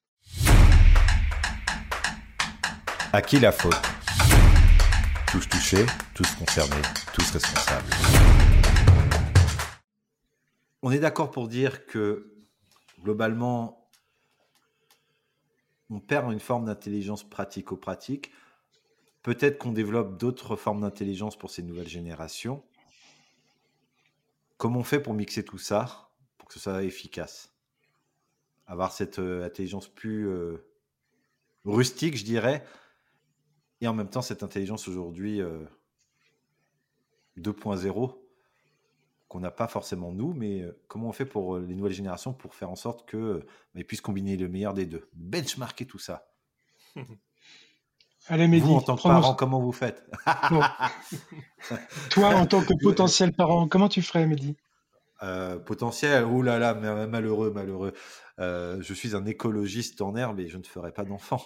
À qui la faute? Tous touchés, tous concernés, tous responsables. On est d'accord pour dire que, globalement, on perd une forme d'intelligence pratico-pratique. Peut-être qu'on développe d'autres formes d'intelligence pour ces nouvelles générations. Comment on fait pour mixer tout ça, pour que ce soit efficace? Avoir cette intelligence plus rustique, je dirais, et en même temps cette intelligence aujourd'hui 2.0, qu'on n'a pas forcément nous, mais comment on fait pour les nouvelles générations pour faire en sorte qu'ils puissent combiner le meilleur des deux, benchmarker tout ça. Allez, Mehdi, vous, en tant que parent, comment vous faites? Toi, en tant que potentiel parent, comment tu ferais, Mehdi? Potentiel, oh là là, malheureux. Je suis un écologiste en herbe et je ne ferai pas d'enfant.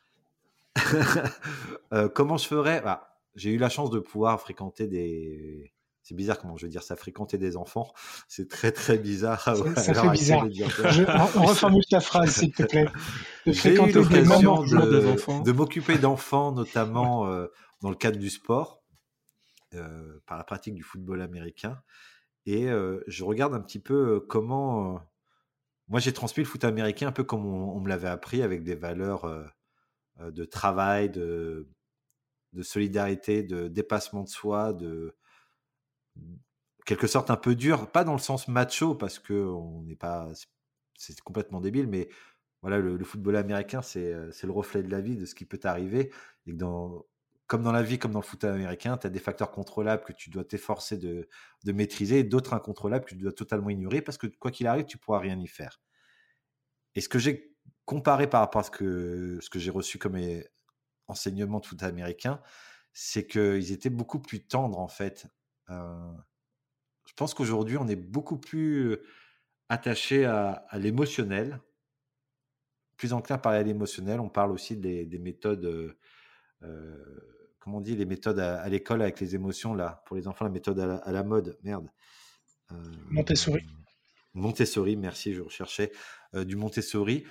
Comment je ferais? J'ai eu la chance de pouvoir fréquenter des... C'est bizarre comment je veux dire ça, fréquenter des enfants. C'est très très bizarre. Ça fait bizarre. On reformule ta phrase, s'il te plaît. J'ai eu l'occasion de m'occuper d'enfants, notamment dans le cadre du sport, par la pratique du football américain. Et je regarde un petit peu comment... moi, j'ai transmis le foot américain un peu comme on me l'avait appris, avec des valeurs de travail, de solidarité, de dépassement de soi, de quelque sorte un peu dur, pas dans le sens macho, parce que on n'est pas... C'est complètement débile, mais voilà, le football américain, c'est le reflet de la vie, de ce qui peut t'arriver. Et que comme dans la vie, comme dans le foot américain, tu as des facteurs contrôlables que tu dois t'efforcer de maîtriser, et d'autres incontrôlables que tu dois totalement ignorer, parce que quoi qu'il arrive, tu ne pourras rien y faire. Et ce que j'ai comparé par rapport à ce que j'ai reçu comme enseignement de foot américain, c'est qu'ils étaient beaucoup plus tendres, en fait. Je pense qu'aujourd'hui, on est beaucoup plus attaché à l'émotionnel, plus enclin à parler à l'émotionnel. On parle aussi des méthodes... comment on dit, les méthodes à l'école avec les émotions, là, pour les enfants, la méthode à la mode, Montessori. Montessori, merci, je recherchais du Montessori.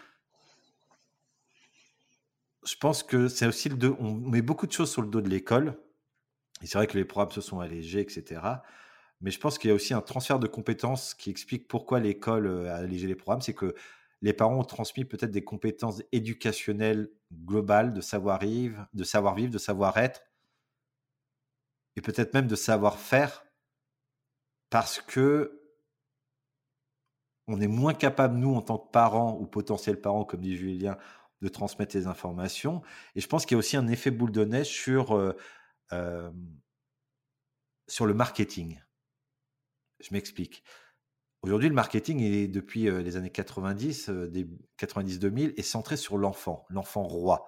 Je pense que c'est aussi on met beaucoup de choses sur le dos de l'école, et c'est vrai que les programmes se sont allégés, etc. Mais je pense qu'il y a aussi un transfert de compétences qui explique pourquoi l'école a allégé les programmes, c'est que les parents ont transmis peut-être des compétences éducationnelles globales, de savoir-vivre, de savoir-être, et peut-être même de savoir-faire, parce que on est moins capable, nous, en tant que parents ou potentiels parents, comme dit Julien, de transmettre les informations. Et je pense qu'il y a aussi un effet boule de neige sur le marketing. Je m'explique. Aujourd'hui, le marketing, depuis les années 90, 90-2000, est centré sur l'enfant roi.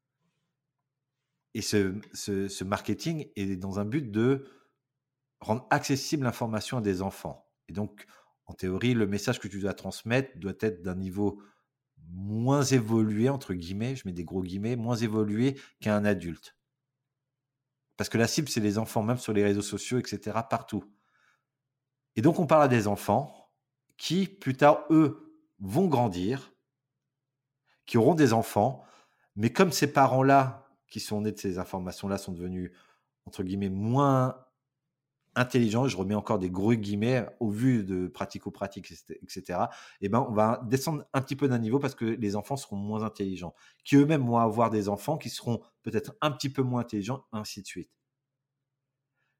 Et ce marketing est dans un but de rendre accessible l'information à des enfants. Et donc, en théorie, le message que tu dois transmettre doit être d'un niveau moins évolué, entre guillemets, je mets des gros guillemets, moins évolué qu'à un adulte. Parce que la cible, c'est les enfants, même sur les réseaux sociaux, etc., partout. Et donc, on parle à des enfants qui, plus tard, eux, vont grandir, qui auront des enfants, mais comme ces parents-là, qui sont nés de ces informations-là, sont devenus, entre guillemets, moins intelligents, je remets encore des gros guillemets, au vu de pratico-pratique, etc., eh ben, on va descendre un petit peu d'un niveau parce que les enfants seront moins intelligents, qui eux-mêmes vont avoir des enfants qui seront peut-être un petit peu moins intelligents, ainsi de suite.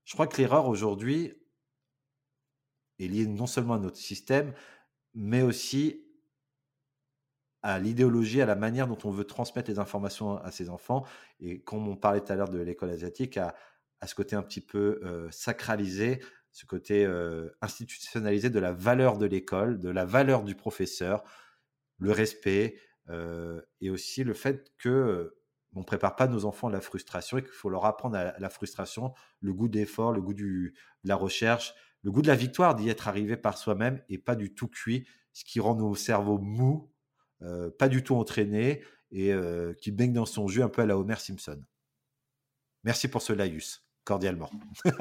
Je crois que l'erreur aujourd'hui est liée non seulement à notre système, mais aussi à l'idéologie, à la manière dont on veut transmettre les informations à ses enfants. Et comme on parlait tout à l'heure de l'école asiatique, à ce côté un petit peu sacralisé, ce côté institutionnalisé de la valeur de l'école, de la valeur du professeur, le respect, et aussi le fait que on ne prépare pas nos enfants à la frustration et qu'il faut leur apprendre à la frustration, le goût d'effort, le goût de la recherche, le goût de la victoire, d'y être arrivé par soi-même et pas du tout cuit, ce qui rend nos cerveaux mous, pas du tout entraînés et qui baigne dans son jus un peu à la Homer Simpson. Merci pour ce laïus, cordialement.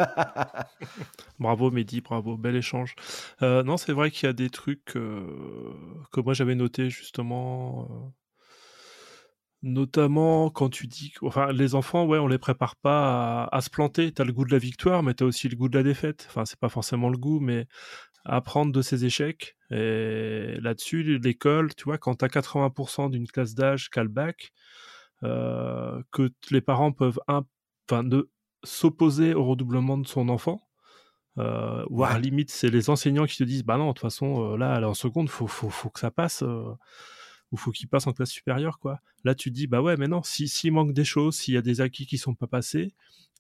Bravo Mehdi, bravo, bel échange. Non, c'est vrai qu'il y a des trucs que moi j'avais notés justement, notamment quand tu dis enfin les enfants, ouais, on les prépare pas à se planter. T'as le goût de la victoire, mais t'as aussi le goût de la défaite. Enfin, c'est pas forcément le goût, mais apprendre de ses échecs. Et là-dessus, l'école, tu vois, quand t'as 80% d'une classe d'âge qui a le bac, que les parents peuvent s'opposer au redoublement de son enfant, voire Ouais. limite c'est les enseignants qui te disent bah non, de toute façon là elle est en seconde, faut que ça passe, ou faut qu'il passe en classe supérieure, quoi. Là tu te dis bah ouais, mais non, s'il manque des choses, s'il y a des acquis qui sont pas passés,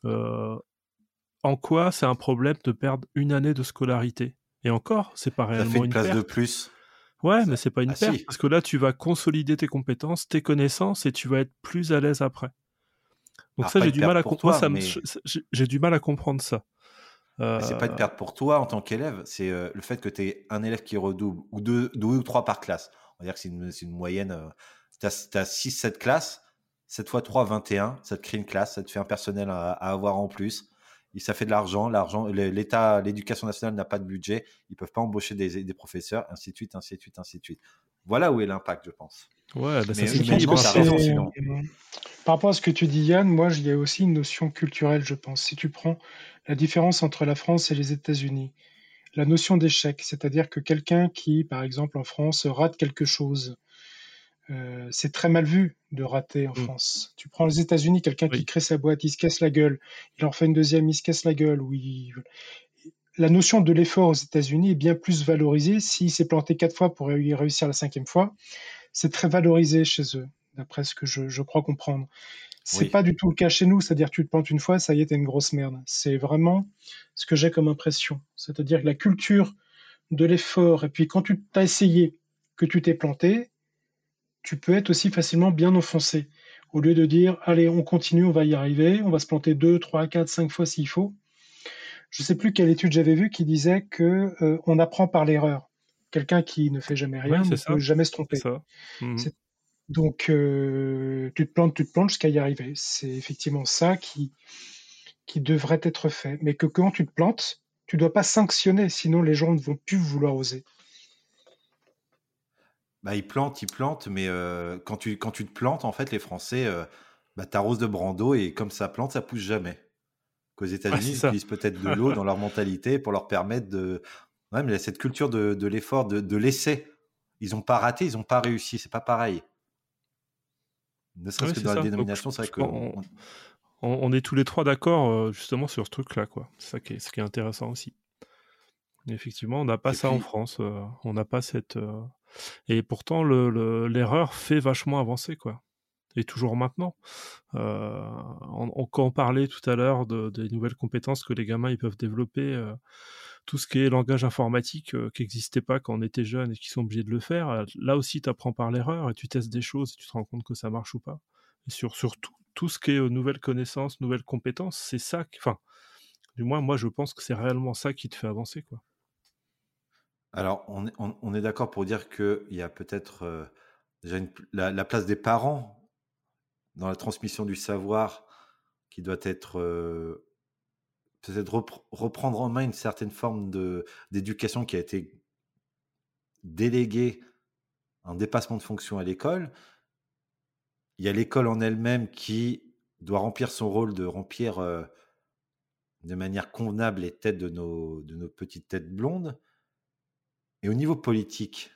en quoi c'est un problème de perdre une année de scolarité? Et encore, c'est pas Ça fait réellement une une place de perte. plus. Ouais, mais c'est pas une Ah perte si. parce que là tu vas consolider tes compétences, tes connaissances et tu vas être plus à l'aise après. Donc Alors ça pas j'ai une du mal perte à pour moi toi, ça me mais j'ai du mal à comprendre ça. c'est pas une perte pour toi en tant qu'élève, c'est le fait que tu aies un élève qui redouble, ou deux ou trois par classe. On va dire que c'est une moyenne. Tu as 6-7 classes, 7 fois 3, 21. Ça te crée une classe, ça te fait un personnel à avoir en plus. Et ça fait de l'argent. L'État, l'éducation nationale n'a pas de budget. Ils peuvent pas embaucher des professeurs, ainsi de suite, ainsi de suite, ainsi de suite. Voilà où est l'impact, je pense. Ouais, bah ça Mais Je pense s'équilibre que humainement, tu as après. raison, c'est sinon. par rapport à ce que tu dis, Yann, moi, il y a aussi une notion culturelle, je pense. Si tu prends la différence entre la France et les États-Unis, la notion d'échec, c'est-à-dire que quelqu'un qui, par exemple, en France, rate quelque chose, c'est très mal vu de rater en Mmh. France. Tu prends les États-Unis, quelqu'un qui Oui. crée sa boîte, il se casse la gueule, il en fait une deuxième, il se casse la gueule. La notion de l'effort aux États-Unis est bien plus valorisée. S'il s'est planté 4 fois pour y réussir la 5e fois, c'est très valorisé chez eux, d'après ce que je crois comprendre. C'est Oui. pas du tout le cas chez nous, c'est-à-dire tu te plantes une fois, ça y est, t'es une grosse merde. C'est vraiment ce que j'ai comme impression. C'est-à-dire que la culture de l'effort, et puis quand tu t'as essayé, que tu t'es planté, tu peux être aussi facilement bien enfoncé. Au lieu de dire, allez, on continue, on va y arriver, on va se planter 2, 3, 4, 5 fois s'il faut. Je sais plus quelle étude j'avais vue qui disait que on apprend par l'erreur. Quelqu'un qui ne fait jamais Ouais, rien c'est ne peut ça. jamais se C'est tromper. ça. Mmh. Donc, tu te plantes jusqu'à y arriver. C'est effectivement ça qui devrait être fait. Mais que quand tu te plantes, tu dois pas sanctionner, sinon les gens ne vont plus vouloir oser. Bah, ils plantent, mais quand tu te plantes, en fait, les Français, bah, t'arroses de Brando et comme ça plante, ça pousse jamais. Qu'aux Ouais, États-Unis, c'est ils ça. utilisent peut-être de l'eau dans leur mentalité pour leur permettre de. Ouais, mais cette culture de l'effort, de l'essai. Ils n'ont pas raté, ils n'ont pas réussi. C'est pas pareil. Ne serait-ce Ouais, que c'est dans la ça. Donc dénomination, c'est je vrai que. pen on est tous les 3 d'accord, justement sur ce truc-là, quoi. C'est ça ce qui est intéressant aussi. Effectivement, on n'a pas Et ça en puis, France, on n'a pas et pourtant l'erreur fait vachement avancer, quoi. Et toujours maintenant. Quand on parlait tout à l'heure des nouvelles compétences que les gamins ils peuvent développer, tout ce qui est langage informatique qui n'existait pas quand on était jeune et qui sont obligés de le faire, là aussi tu apprends par l'erreur et tu testes des choses et tu te rends compte que ça marche ou pas. Et sur tout ce qui est nouvelles connaissances, nouvelles compétences, c'est ça, enfin, du moins moi je pense que c'est réellement ça qui te fait avancer, quoi. alors, on est d'accord pour dire qu'il y a peut-être déjà la place des parents dans la transmission du savoir qui doit être peut-être reprendre en main une certaine forme d'éducation qui a été déléguée en dépassement de fonction à l'école. Il y a l'école en elle-même qui doit remplir son rôle de remplir de manière convenable les têtes de nos petites têtes blondes. Et au niveau politique,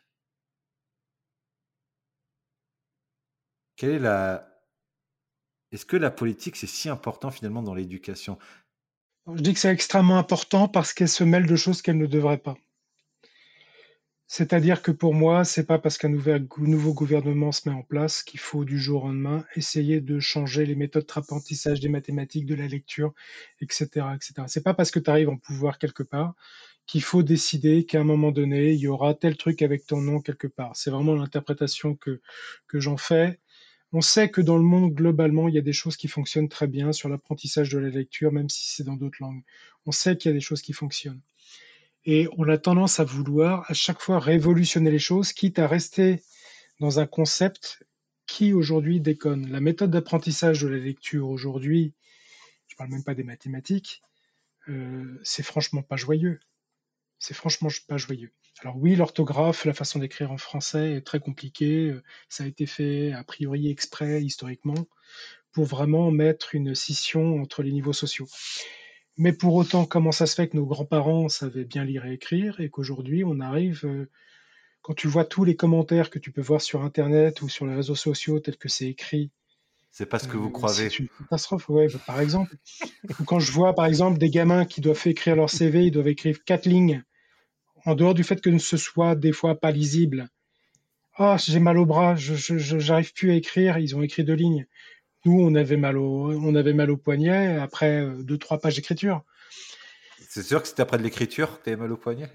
quelle est est-ce que la politique, c'est si important finalement dans l'éducation? Je dis que c'est extrêmement important parce qu'elle se mêle de choses qu'elle ne devrait pas. C'est-à-dire que pour moi, c'est pas parce qu'un nouveau gouvernement se met en place qu'il faut du jour au lendemain essayer de changer les méthodes d'apprentissage des mathématiques, de la lecture, etc., etc. C'est pas parce que tu arrives en pouvoir quelque part qu'il faut décider qu'à un moment donné, il y aura tel truc avec ton nom quelque part. C'est vraiment l'interprétation que j'en fais. On sait que dans le monde, globalement, il y a des choses qui fonctionnent très bien sur l'apprentissage de la lecture, même si c'est dans d'autres langues. On sait qu'il y a des choses qui fonctionnent. Et on a tendance à vouloir à chaque fois révolutionner les choses, quitte à rester dans un concept qui aujourd'hui déconne. La méthode d'apprentissage de la lecture aujourd'hui, je parle même pas des mathématiques, c'est franchement pas joyeux. C'est franchement pas joyeux. Alors oui, l'orthographe, la façon d'écrire en français est très compliquée. Ça a été fait a priori exprès, historiquement, pour vraiment mettre une scission entre les niveaux sociaux. Mais pour autant, comment ça se fait que nos grands-parents savaient bien lire et écrire et qu'aujourd'hui, on arrive, quand tu vois tous les commentaires que tu peux voir sur Internet ou sur les réseaux sociaux tels que c'est écrit, C'est pas ce que vous croyez. c'est une catastrophe, ouais, par exemple. Ou quand je vois, par exemple, des gamins qui doivent écrire leur CV, ils doivent écrire 4 lignes, en dehors du fait que ce soit des fois pas lisible. Ah, j'ai mal au bras, j'arrive plus à écrire, ils ont écrit 2 lignes. Nous, on avait mal au poignet après 2-3 pages d'écriture. C'est sûr que c'était après de l'écriture que t'avais mal au poignet.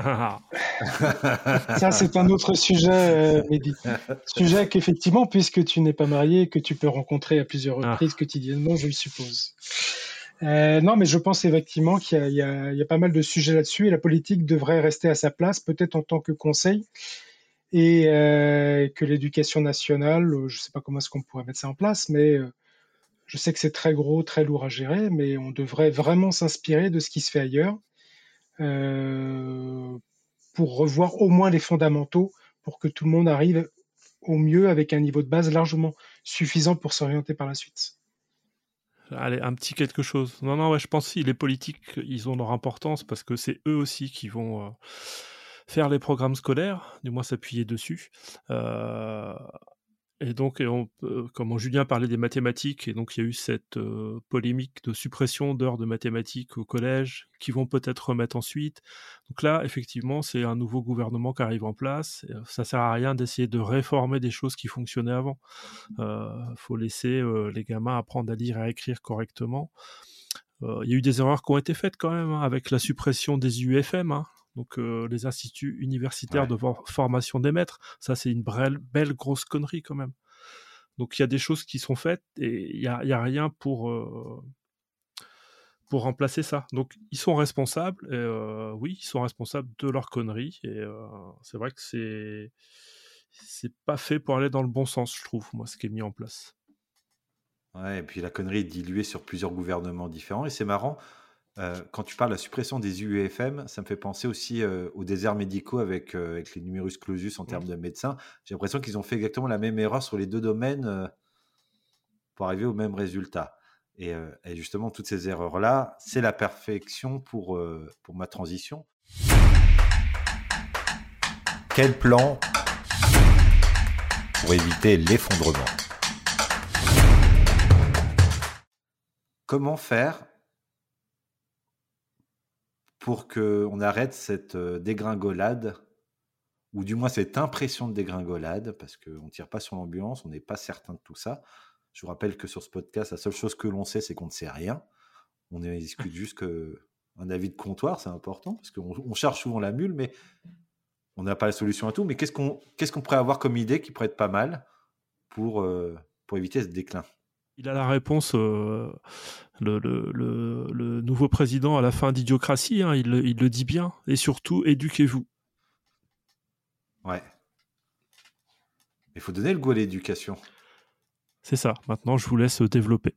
Ça, c'est un autre sujet, Mehdi. Sujet qu'effectivement, puisque tu n'es pas marié, que tu peux rencontrer à plusieurs reprises quotidiennement, je le suppose. Non, mais je pense effectivement qu'il y a pas mal de sujets là-dessus et la politique devrait rester à sa place, peut-être en tant que conseil, et que l'éducation nationale, je ne sais pas comment est-ce qu'on pourrait mettre ça en place, mais je sais que c'est très gros, très lourd à gérer, mais on devrait vraiment s'inspirer de ce qui se fait ailleurs pour revoir au moins les fondamentaux pour que tout le monde arrive au mieux avec un niveau de base largement suffisant pour s'orienter par la suite. Allez, un petit quelque chose. Non, ouais, je pense que les politiques, ils ont leur importance parce que c'est eux aussi qui vont faire les programmes scolaires, du moins s'appuyer dessus. Et donc, comme Julien parlait des mathématiques, et donc il y a eu cette polémique de suppression d'heures de mathématiques au collège, qui vont peut-être remettre ensuite. Donc là, effectivement, c'est un nouveau gouvernement qui arrive en place. Ça sert à rien d'essayer de réformer des choses qui fonctionnaient avant. Faut laisser les gamins apprendre à lire et à écrire correctement. Il y a eu des erreurs qui ont été faites quand même, hein, avec la suppression des UFM, hein. Donc les instituts universitaires de formation des maîtres, ça c'est une belle grosse connerie quand même. Donc il y a des choses qui sont faites et il y a rien pour remplacer ça. Donc ils sont responsables, et, oui, ils sont responsables de leurs conneries, et c'est vrai que c'est pas fait pour aller dans le bon sens, je trouve, moi, ce qui est mis en place. Ouais, et puis la connerie est diluée sur plusieurs gouvernements différents, et c'est marrant. Quand tu parles de la suppression des UEFM, ça me fait penser aussi aux déserts médicaux avec les numerus clausus en termes de médecins. J'ai l'impression qu'ils ont fait exactement la même erreur sur les deux domaines pour arriver au même résultat. Et justement, toutes ces erreurs-là, c'est la perfection pour ma transition. Quel plan pour éviter l'effondrement? Comment faire pour qu'on arrête cette dégringolade, ou du moins cette impression de dégringolade, parce qu'on ne tire pas sur l'ambulance, on n'est pas certain de tout ça. Je vous rappelle que sur ce podcast, la seule chose que l'on sait, c'est qu'on ne sait rien. On ne discute juste qu'un avis de comptoir, c'est important, parce qu'on cherche souvent la mule, mais on n'a pas la solution à tout. Mais qu'est-ce qu'on pourrait avoir comme idée qui pourrait être pas mal pour éviter ce déclin? Il a la réponse, le nouveau président à la fin d'Idiocratie, hein, il le dit bien, et surtout, éduquez-vous. Ouais. Il faut donner le goût à l'éducation. C'est ça, maintenant je vous laisse développer.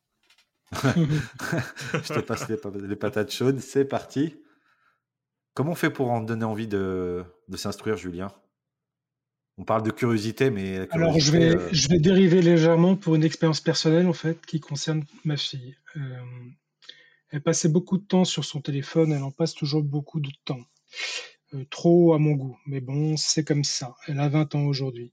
Je te passe les patates chaudes, c'est parti. Comment on fait pour en donner envie de s'instruire, Julien? On parle de curiosité, mais... Alors, je vais dériver légèrement pour une expérience personnelle, en fait, qui concerne ma fille. Elle passait beaucoup de temps sur son téléphone, elle en passe toujours beaucoup de temps. Trop à mon goût, mais bon, c'est comme ça. Elle a 20 ans aujourd'hui.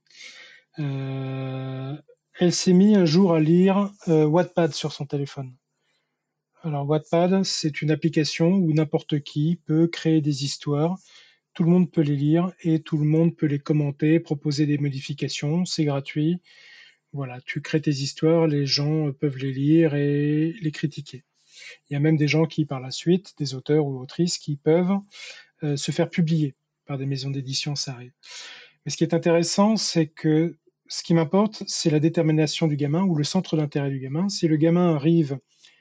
Elle s'est mise un jour à lire Wattpad sur son téléphone. Alors Wattpad, c'est une application où n'importe qui peut créer des histoires. Tout le monde peut les lire et tout le monde peut les commenter, proposer des modifications. C'est gratuit. Voilà, tu crées tes histoires, les gens peuvent les lire et les critiquer. Il y a même des gens qui, par la suite, des auteurs ou autrices, qui peuvent se faire publier par des maisons d'édition, ça arrive. Mais ce qui est intéressant, c'est que ce qui m'importe, c'est la détermination du gamin ou le centre d'intérêt du gamin. Si le gamin arrive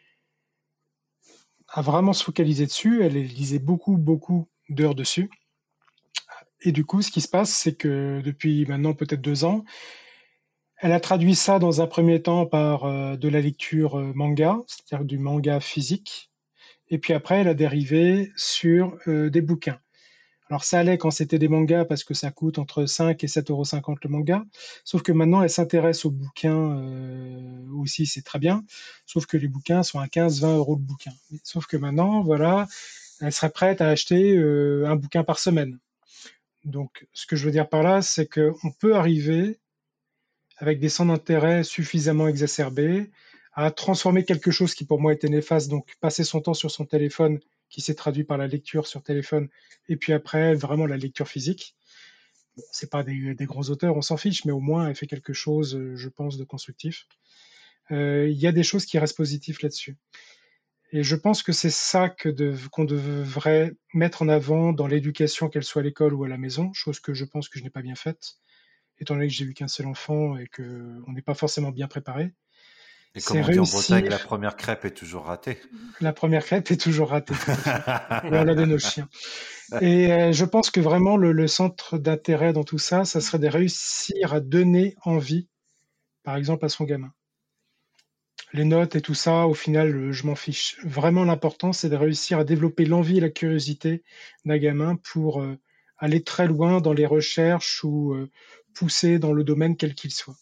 à vraiment se focaliser dessus, elle lisait beaucoup d'heures dessus. Et du coup, ce qui se passe, c'est que depuis maintenant peut-être 2 ans, elle a traduit ça dans un premier temps par de la lecture manga, c'est-à-dire du manga physique. Et puis après, elle a dérivé sur des bouquins. Alors ça allait quand c'était des mangas parce que ça coûte entre 5 et 7,50 € le manga. Sauf que maintenant, elle s'intéresse aux bouquins aussi, c'est très bien. Sauf que les bouquins sont à 15-20 € le bouquin. Sauf que maintenant, voilà, elle serait prête à acheter un bouquin par semaine. Donc ce que je veux dire par là, c'est qu'on peut arriver avec des centres d'intérêt suffisamment exacerbés à transformer quelque chose qui pour moi était néfaste, donc passer son temps sur son téléphone, qui s'est traduit par la lecture sur téléphone, et puis après vraiment la lecture physique. Bon, c'est pas des gros auteurs, on s'en fiche, mais au moins elle fait quelque chose, je pense, de constructif. Il y a des choses qui restent positives là-dessus. Et je pense que c'est ça qu'on devrait mettre en avant dans l'éducation, qu'elle soit à l'école ou à la maison, chose que je pense que je n'ai pas bien faite, étant donné que j'ai eu qu'un seul enfant et qu'on n'est pas forcément bien préparé. Et comme on dit en Bretagne, la première crêpe est toujours ratée. La première crêpe est toujours ratée, tout à fait. Et on la donne aux chiens. Et je pense que vraiment le centre d'intérêt dans tout ça, ça serait de réussir à donner envie, par exemple, à son gamin. Les notes et tout ça, au final, je m'en fiche. Vraiment, l'important, c'est de réussir à développer l'envie et la curiosité d'un gamin pour aller très loin dans les recherches ou pousser dans le domaine quel qu'il soit.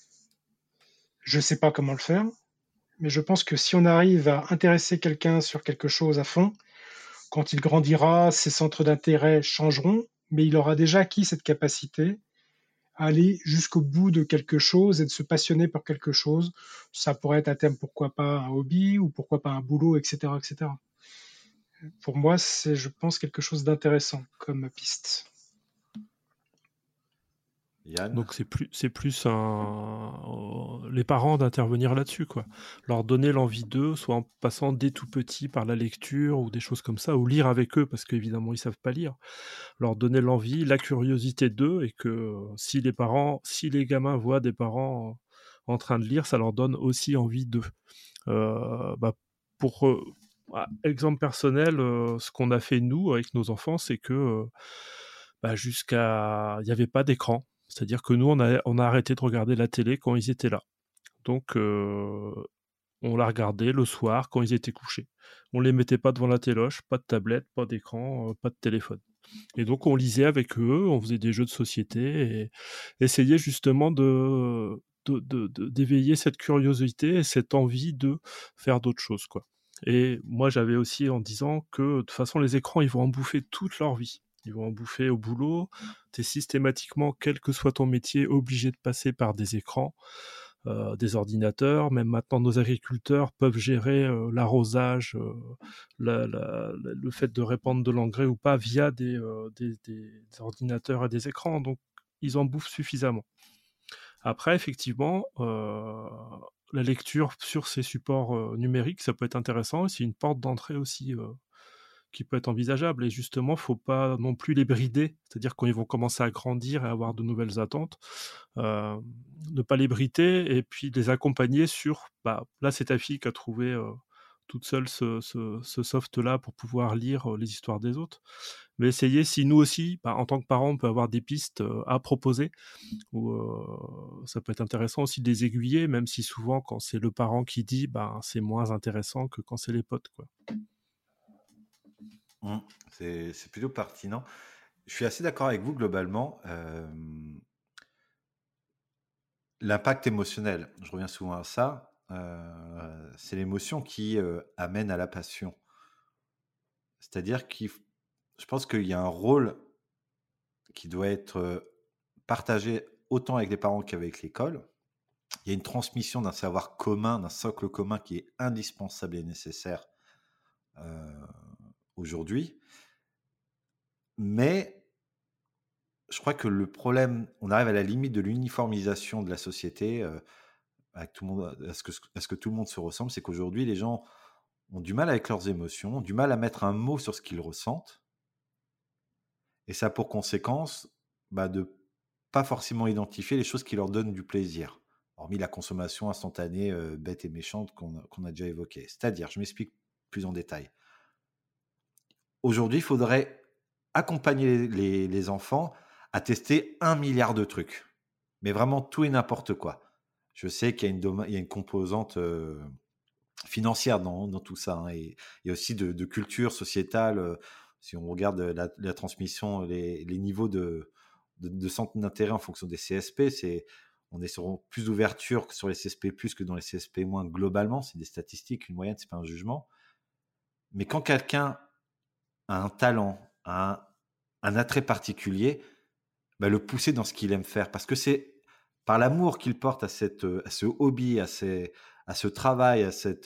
Je ne sais pas comment le faire, mais je pense que si on arrive à intéresser quelqu'un sur quelque chose à fond, quand il grandira, ses centres d'intérêt changeront, mais il aura déjà acquis cette capacité à aller jusqu'au bout de quelque chose et de se passionner pour quelque chose. Ça pourrait être à terme, pourquoi pas un hobby ou pourquoi pas un boulot, etc., etc. Pour moi, c'est, je pense, quelque chose d'intéressant comme piste. Yann. Donc c'est plus les parents d'intervenir là-dessus, quoi. Leur donner l'envie d'eux, soit en passant dès tout petit par la lecture ou des choses comme ça, ou lire avec eux parce qu'évidemment ils savent pas lire. Leur donner l'envie, la curiosité d'eux, et que si les gamins voient des parents en train de lire, ça leur donne aussi envie d'eux. Pour exemple personnel, ce qu'on a fait nous avec nos enfants, c'est que il n'y avait pas d'écran. C'est-à-dire que nous, on a arrêté de regarder la télé quand ils étaient là. Donc, on la regardait le soir quand ils étaient couchés. On les mettait pas devant la téloche, pas de tablette, pas d'écran, pas de téléphone. Et donc, on lisait avec eux, on faisait des jeux de société et essayait justement d'éveiller cette curiosité et cette envie de faire d'autres choses, quoi. Et moi, j'avais aussi en disant que de toute façon, les écrans, ils vont en bouffer toute leur vie. Ils vont en bouffer au boulot. Tu es systématiquement, quel que soit ton métier, obligé de passer par des écrans, des ordinateurs. Même maintenant, nos agriculteurs peuvent gérer l'arrosage, le fait de répandre de l'engrais ou pas via des ordinateurs et des écrans. Donc, ils en bouffent suffisamment. Après, effectivement, la lecture sur ces supports numériques, ça peut être intéressant. C'est une porte d'entrée aussi qui peut être envisageable. Et justement, faut pas non plus les brider. C'est-à-dire quand ils vont commencer à grandir et avoir de nouvelles attentes, ne pas les brider et puis les accompagner sur... là, c'est ta fille qui a trouvé toute seule ce soft-là pour pouvoir lire les histoires des autres. Mais essayer, si nous aussi, en tant que parents, on peut avoir des pistes à proposer, ou ça peut être intéressant aussi de les aiguiller, même si souvent, quand c'est le parent qui dit, c'est moins intéressant que quand c'est les potes, quoi. C'est plutôt pertinent. Je suis assez d'accord avec vous globalement. L'impact émotionnel, je reviens souvent à ça, c'est l'émotion qui amène à la passion. C'est-à-dire je pense qu'il y a un rôle qui doit être partagé autant avec les parents qu'avec l'école. Il y a une transmission d'un savoir commun, d'un socle commun qui est indispensable et nécessaire aujourd'hui. Mais je crois que le problème, on arrive à la limite de l'uniformisation de la société, avec tout le monde, à ce que tout le monde se ressemble, c'est qu'aujourd'hui, les gens ont du mal avec leurs émotions, ont du mal à mettre un mot sur ce qu'ils ressentent, et ça a pour conséquence de pas forcément identifier les choses qui leur donnent du plaisir, hormis la consommation instantanée, bête et méchante qu'on a déjà évoquée. C'est-à-dire, je m'explique plus en détail. Aujourd'hui, il faudrait accompagner les enfants à tester 1 milliard de trucs, mais vraiment tout et n'importe quoi. Je sais qu'il y a une composante financière dans tout ça, hein, et aussi de culture sociétale. Si on regarde la transmission, les niveaux de centres d'intérêt en fonction des CSP, on est sur plus d'ouverture que sur les CSP+, que dans les CSP-, globalement. C'est des statistiques, une moyenne, c'est pas un jugement. Mais quand quelqu'un a un talent, a un attrait particulier, le pousser dans ce qu'il aime faire, parce que c'est par l'amour qu'il porte à ce hobby, à ce travail, à ce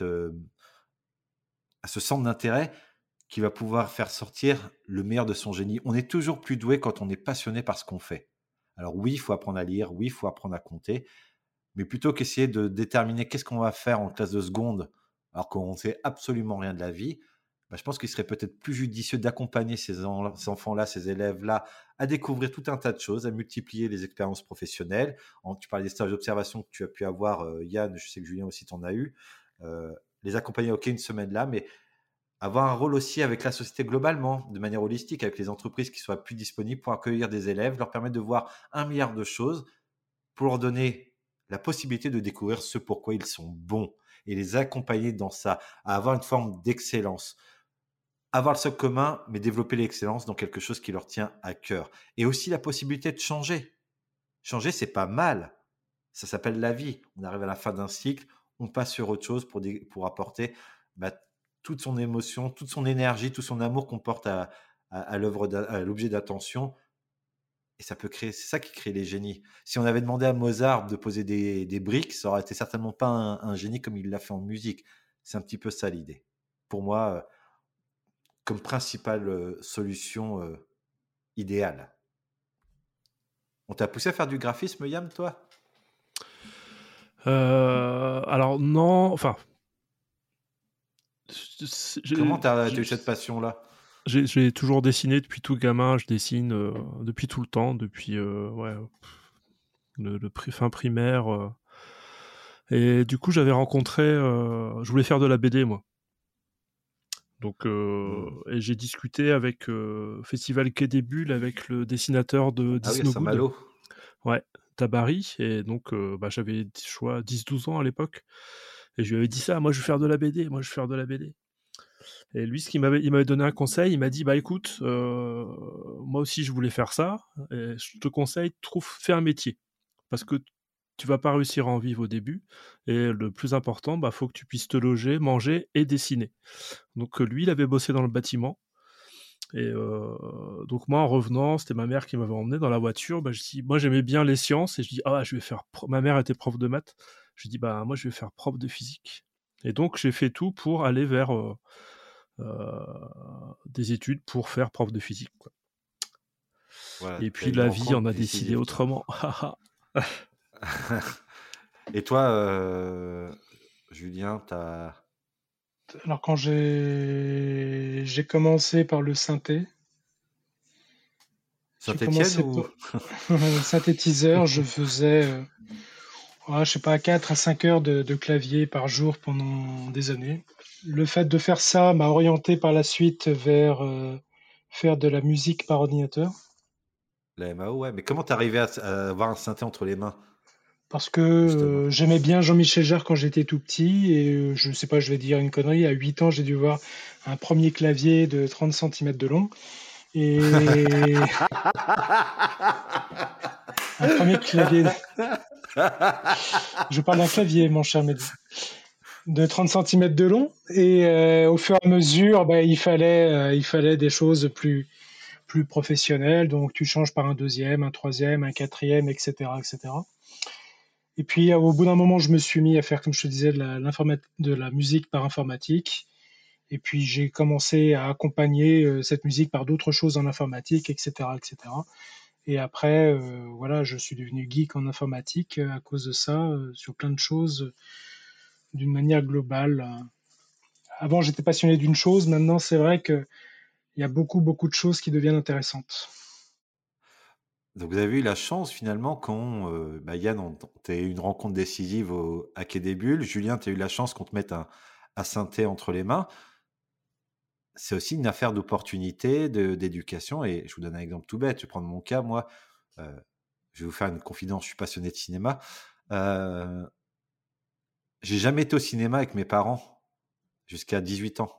centre d'intérêt, qui va pouvoir faire sortir le meilleur de son génie. On est toujours plus doué quand on est passionné par ce qu'on fait. Alors oui, il faut apprendre à lire, oui, il faut apprendre à compter, mais plutôt qu'essayer de déterminer qu'est-ce qu'on va faire en classe de seconde, alors qu'on ne sait absolument rien de la vie, je pense qu'il serait peut-être plus judicieux d'accompagner ces enfants-là, ces élèves-là, à découvrir tout un tas de choses, à multiplier les expériences professionnelles. Tu parlais des stages d'observation que tu as pu avoir, Yann, je sais que Julien aussi t'en a eu. Les accompagner, ok, une semaine là, mais avoir un rôle aussi avec la société globalement, de manière holistique, avec les entreprises qui soient plus disponibles pour accueillir des élèves, leur permettre de voir 1 milliard de choses, pour leur donner la possibilité de découvrir ce pourquoi ils sont bons, et les accompagner dans ça, à avoir une forme d'excellence. Avoir le socle commun, mais développer l'excellence dans quelque chose qui leur tient à cœur. Et aussi la possibilité de changer. Changer, c'est pas mal. Ça s'appelle la vie. On arrive à la fin d'un cycle, on passe sur autre chose pour apporter toute son émotion, toute son énergie, tout son amour qu'on porte à l'objet d'attention. Et ça peut créer, c'est ça qui crée les génies. Si on avait demandé à Mozart de poser des briques, ça aurait été certainement pas un génie comme il l'a fait en musique. C'est un petit peu ça l'idée. Pour moi, comme principale solution idéale. On t'a poussé à faire du graphisme, Yann, toi ? Alors non, enfin... Comment t'as eu cette passion-là ? J'ai toujours dessiné depuis tout gamin, je dessine depuis tout le temps, depuis le fin primaire. Et du coup, j'avais rencontré... je voulais faire de la BD, moi. Donc, et j'ai discuté avec Festival Quai des Bulles avec le dessinateur de Disney Good. Ouais, Tabary. Et donc, j'avais 10-12 ans à l'époque. Et je lui avais dit ça, moi je vais faire de la BD, Et lui, il m'avait donné un conseil, il m'a dit, écoute, moi aussi je voulais faire ça, et je te conseille, fais un métier. Parce que tu vas pas réussir à en vivre au début, et le plus important, faut que tu puisses te loger, manger et dessiner. Donc lui, il avait bossé dans le bâtiment, et donc moi, en revenant, c'était ma mère qui m'avait emmené dans la voiture, je dis, moi j'aimais bien les sciences, et je dis, je vais faire... Ma mère était prof de maths, je dis, moi je vais faire prof de physique. Et donc j'ai fait tout pour aller vers des études pour faire prof de physique, quoi. Voilà, et puis la vie en a décidé autrement. Et toi, Julien, t'as... Alors quand j'ai commencé par le synthé. Saint-Étienne ou... Le synthétiseur, je faisais 4 à 5 heures de clavier par jour pendant des années. Le fait de faire ça m'a orienté par la suite vers faire de la musique par ordinateur. La MAO, ouais. Mais comment t'es arrivé à avoir un synthé entre les mains ? Parce que j'aimais bien Jean-Michel Jarre quand j'étais tout petit, et je sais pas, je vais dire une connerie, à 8 ans, j'ai dû voir un premier clavier de 30 cm de long. Et un premier clavier. Je parle d'un clavier, mon cher Mehdi. De 30 cm de long. Et au fur et à mesure, il fallait des choses plus professionnelles. Donc tu changes par un deuxième, un troisième, un quatrième, etc., etc. Et puis au bout d'un moment, je me suis mis à faire, comme je te disais, de la musique par informatique. Et puis j'ai commencé à accompagner cette musique par d'autres choses en informatique, etc., etc. Et après, voilà, je suis devenu geek en informatique à cause de ça, sur plein de choses d'une manière globale. Avant, j'étais passionné d'une chose. Maintenant, c'est vrai qu'il y a beaucoup, beaucoup de choses qui deviennent intéressantes. Donc vous avez eu la chance finalement quand, Yann, tu as eu une rencontre décisive à Quai des Bulles. Julien, tu as eu la chance qu'on te mette un synthé entre les mains. C'est aussi une affaire d'opportunité, d'éducation. Et je vous donne un exemple tout bête. Je vais prendre mon cas. Moi, je vais vous faire une confidence. Je suis passionné de cinéma. J'ai jamais été au cinéma avec mes parents jusqu'à 18 ans.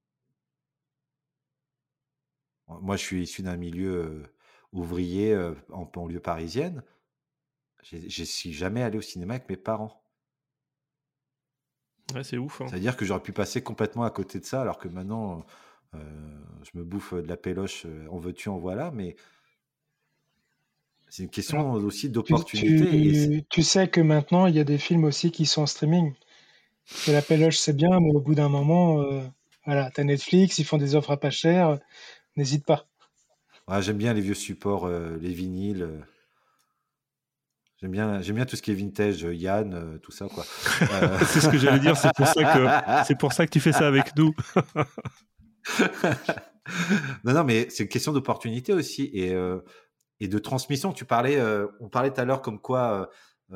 Moi, je suis issu d'un milieu ouvrier en banlieue parisienne. Je suis jamais allé au cinéma avec mes parents. Ouais, c'est ouf. Hein. C'est-à-dire que j'aurais pu passer complètement à côté de ça, alors que maintenant, je me bouffe de la péloche, en veux-tu, en voilà, mais c'est une question Alors, aussi d'opportunité. tu sais que maintenant, il y a des films aussi qui sont en streaming. Que la péloche, c'est bien, mais au bout d'un moment, voilà, t'as Netflix, ils font des offres à pas cher, n'hésite pas. Ouais, j'aime bien les vieux supports, les vinyles. J'aime bien tout ce qui est vintage, Yann, tout ça, quoi. C'est ce que j'allais dire, c'est pour ça que tu fais ça avec nous. Non, mais c'est une question d'opportunité aussi et de transmission. On parlait tout à l'heure comme quoi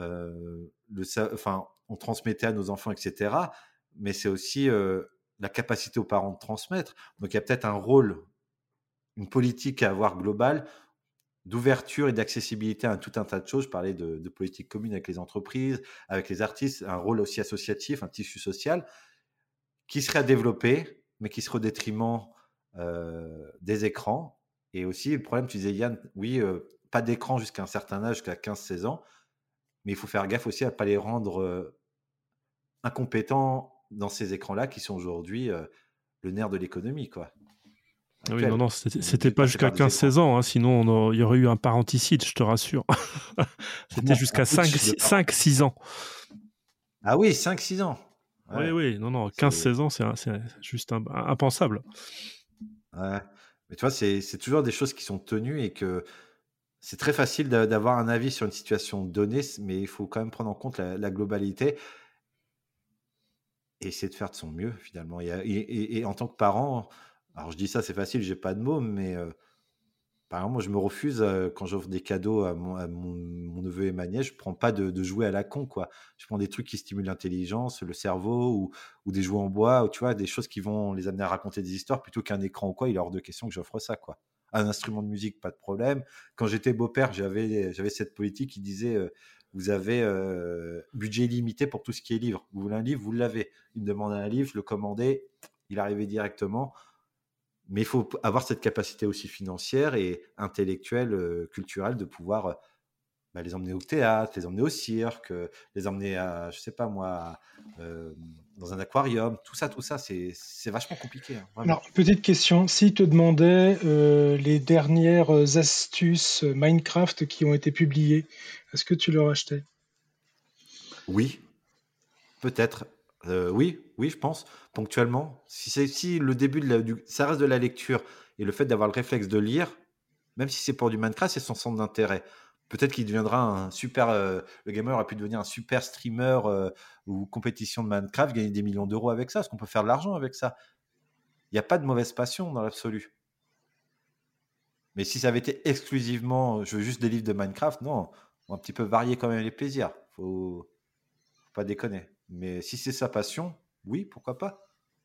on transmettait à nos enfants, etc. Mais c'est aussi la capacité aux parents de transmettre. Donc il y a peut-être un rôle, une politique à avoir globale d'ouverture et d'accessibilité à tout un tas de choses. Je parlais de politique commune avec les entreprises, avec les artistes, un rôle aussi associatif, un tissu social qui serait à développer, mais qui serait au détriment des écrans. Et aussi, le problème, tu disais, Yann, oui, pas d'écran jusqu'à un certain âge, jusqu'à 15-16 ans, mais il faut faire gaffe aussi à ne pas les rendre incompétents dans ces écrans-là qui sont aujourd'hui le nerf de l'économie, quoi. Oui, non, c'était pas jusqu'à 15-16 ans, hein, sinon il y aurait eu un parenticide, je te rassure. C'était jusqu'à 5-6 ans. Ah oui, 5-6 ans. Ouais. Oui, non, 15-16 ans, c'est juste impensable. Ouais. Mais tu vois, c'est toujours des choses qui sont tenues et que c'est très facile d'avoir un avis sur une situation donnée, mais il faut quand même prendre en compte la globalité et essayer de faire de son mieux, finalement. Et en tant que parent, alors je dis ça, c'est facile, j'ai pas de mots, mais par exemple, moi, je me refuse, quand j'offre des cadeaux à mon neveu et ma nièce, je prends pas de jouets à la con, quoi. Je prends des trucs qui stimulent l'intelligence, le cerveau, ou des jouets en bois, ou tu vois, des choses qui vont les amener à raconter des histoires plutôt qu'un écran ou quoi. Il est hors de question que j'offre ça, quoi. Un instrument de musique, pas de problème. Quand j'étais beau-père, j'avais cette politique qui disait vous avez budget illimité pour tout ce qui est livre. Vous voulez un livre, vous l'avez. Il me demandait un livre, je le commandais, il arrivait directement. Mais il faut avoir cette capacité aussi financière et intellectuelle, culturelle, de pouvoir les emmener au théâtre, les emmener au cirque, les emmener à, je sais pas moi, dans un aquarium. Tout ça, c'est vachement compliqué. Hein, alors, petite question. Si te demandais les dernières astuces Minecraft qui ont été publiées, est-ce que tu leur achetais ? Oui, peut-être. Oui, je pense, ponctuellement. Si le début ça reste de la lecture et le fait d'avoir le réflexe de lire, même si c'est pour du Minecraft, c'est son centre d'intérêt. Peut-être qu'il deviendra un super. Le gamer aurait pu devenir un super streamer ou compétition de Minecraft, gagner des millions d'euros avec ça, parce qu'on peut faire de l'argent avec ça. Il n'y a pas de mauvaise passion dans l'absolu. Mais si ça avait été exclusivement, je veux juste des livres de Minecraft, non, on va un petit peu varier quand même les plaisirs. Faut pas déconner. Mais si c'est sa passion, oui, pourquoi pas.